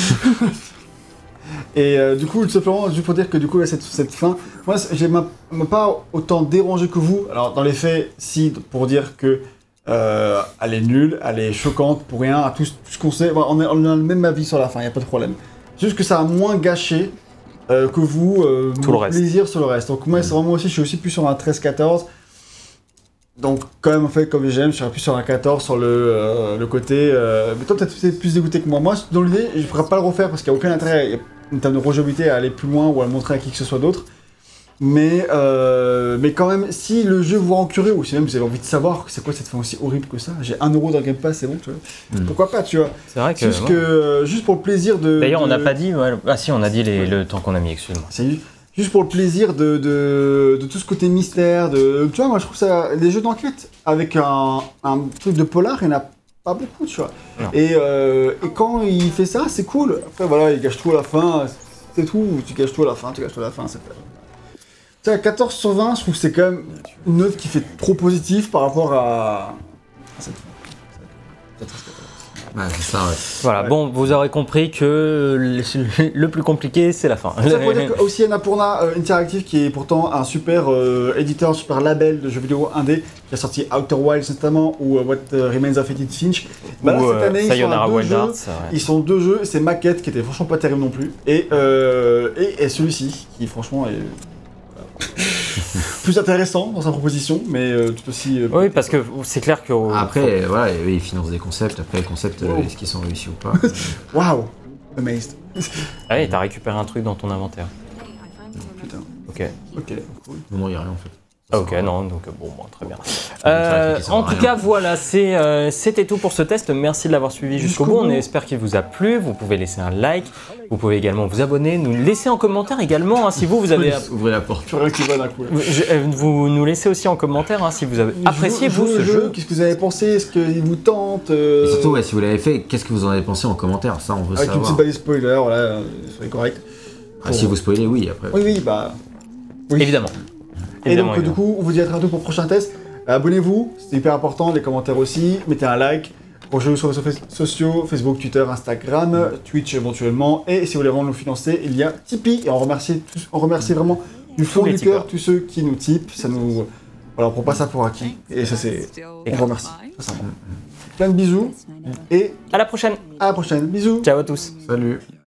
Et du coup, tout simplement, juste pour dire que du coup, cette fin, moi, m'a pas autant dérangé que vous. Alors, dans les faits, si, pour dire que elle est nulle, elle est choquante, pour rien, à tout ce qu'on sait, on a le même avis sur la fin, y a pas de problème. Juste que ça a moins gâché que vous, tout le reste. Plaisir sur le reste. Donc moi, c'est vraiment aussi, je suis aussi plus sur un 13-14. Donc, quand même, en fait, comme j'aime, je serais plus sur un 14 sur le côté. Mais toi, peut-être plus dégoûté que moi. Moi, dans l'idée, je ne pourrais pas le refaire parce qu'il n'y a aucun intérêt, en termes de rejouabilité, à aller plus loin ou à le montrer à qui que ce soit d'autre. Mais quand même, si le jeu vous rend curieux, ou si même vous avez envie de savoir c'est quoi cette fin aussi horrible que ça, j'ai 1€ dans le Game Pass, c'est bon, tu vois. Pourquoi pas, tu vois. C'est vrai que. Juste pour le plaisir de. D'ailleurs, on n'a pas dit. Ouais, ah, si, on a dit le temps qu'on a mis, excuse-moi. C'est juste pour le plaisir de tout ce côté mystère. Tu vois, moi je trouve ça. Les jeux d'enquête avec un truc de polar, il n'y en a pas beaucoup, tu vois. Et quand il fait ça, c'est cool. Après, voilà, il gâche tout à la fin. C'est tout. Tu gâches tout à la fin, c'est fait. Tu sais, à 14 sur 20, je trouve que c'est quand même une note qui fait trop positive par rapport à cette fin. Ouais, c'est ça, ouais. Voilà, bon, vous aurez compris que le plus compliqué, c'est la fin. Ça pour dire aussi Annapurna Interactive, qui est pourtant un super éditeur, un super label de jeux vidéo indé, qui a sorti Outer Wilds notamment, ou What Remains of Edith Finch. Bah là, cette année, ils sont 2 jeux, c'est Maquette, qui était franchement pas terrible non plus, et celui-ci, qui franchement est... plus intéressant dans sa proposition, mais tout aussi... oui, parce que c'est clair que... Après, voilà, ils financent des concepts. Après, les concepts, est-ce qu'ils sont réussis ou pas Waouh, amazed. Ah oui, t'as récupéré un truc dans ton inventaire. Putain. Ok. Cool. Non, il n'y a rien en fait. Ok, non, donc bon, très bien. En tout cas, voilà, c'était tout pour ce test. Merci de l'avoir suivi jusqu'au bout. On espère qu'il vous a plu. Vous pouvez laisser un like. Vous pouvez également vous abonner, nous laisser en commentaire également si vous avez... Ouvrez la porte. Vous nous laissez aussi en commentaire si vous avez apprécié ce jeu. Qu'est-ce que vous avez pensé? Est-ce qu'il vous tente Et surtout, si vous l'avez fait, qu'est-ce que vous en avez pensé en commentaire? Ça, on veut savoir. Avec une petite balise spoiler, voilà, soyez correct. Si vous spoilez, oui, après. Oui, bah... Oui. Évidemment. Et donc, du coup, on vous dit à très bientôt pour le prochain test. Abonnez-vous, c'est hyper important, les commentaires aussi. Mettez un like. Rejoignez-nous sur les réseaux sociaux, Facebook, Twitter, Instagram, Twitch éventuellement. Et si vous voulez vraiment nous financer, il y a Tipeee. Et on remercie vraiment du fond du cœur tous ceux qui nous tipent. Ça nous... Voilà, on prend pas ça pour acquis. Et ça, c'est... On remercie. Ça, plein de bisous. Et à la prochaine. À la prochaine. Bisous. Ciao à tous. Salut.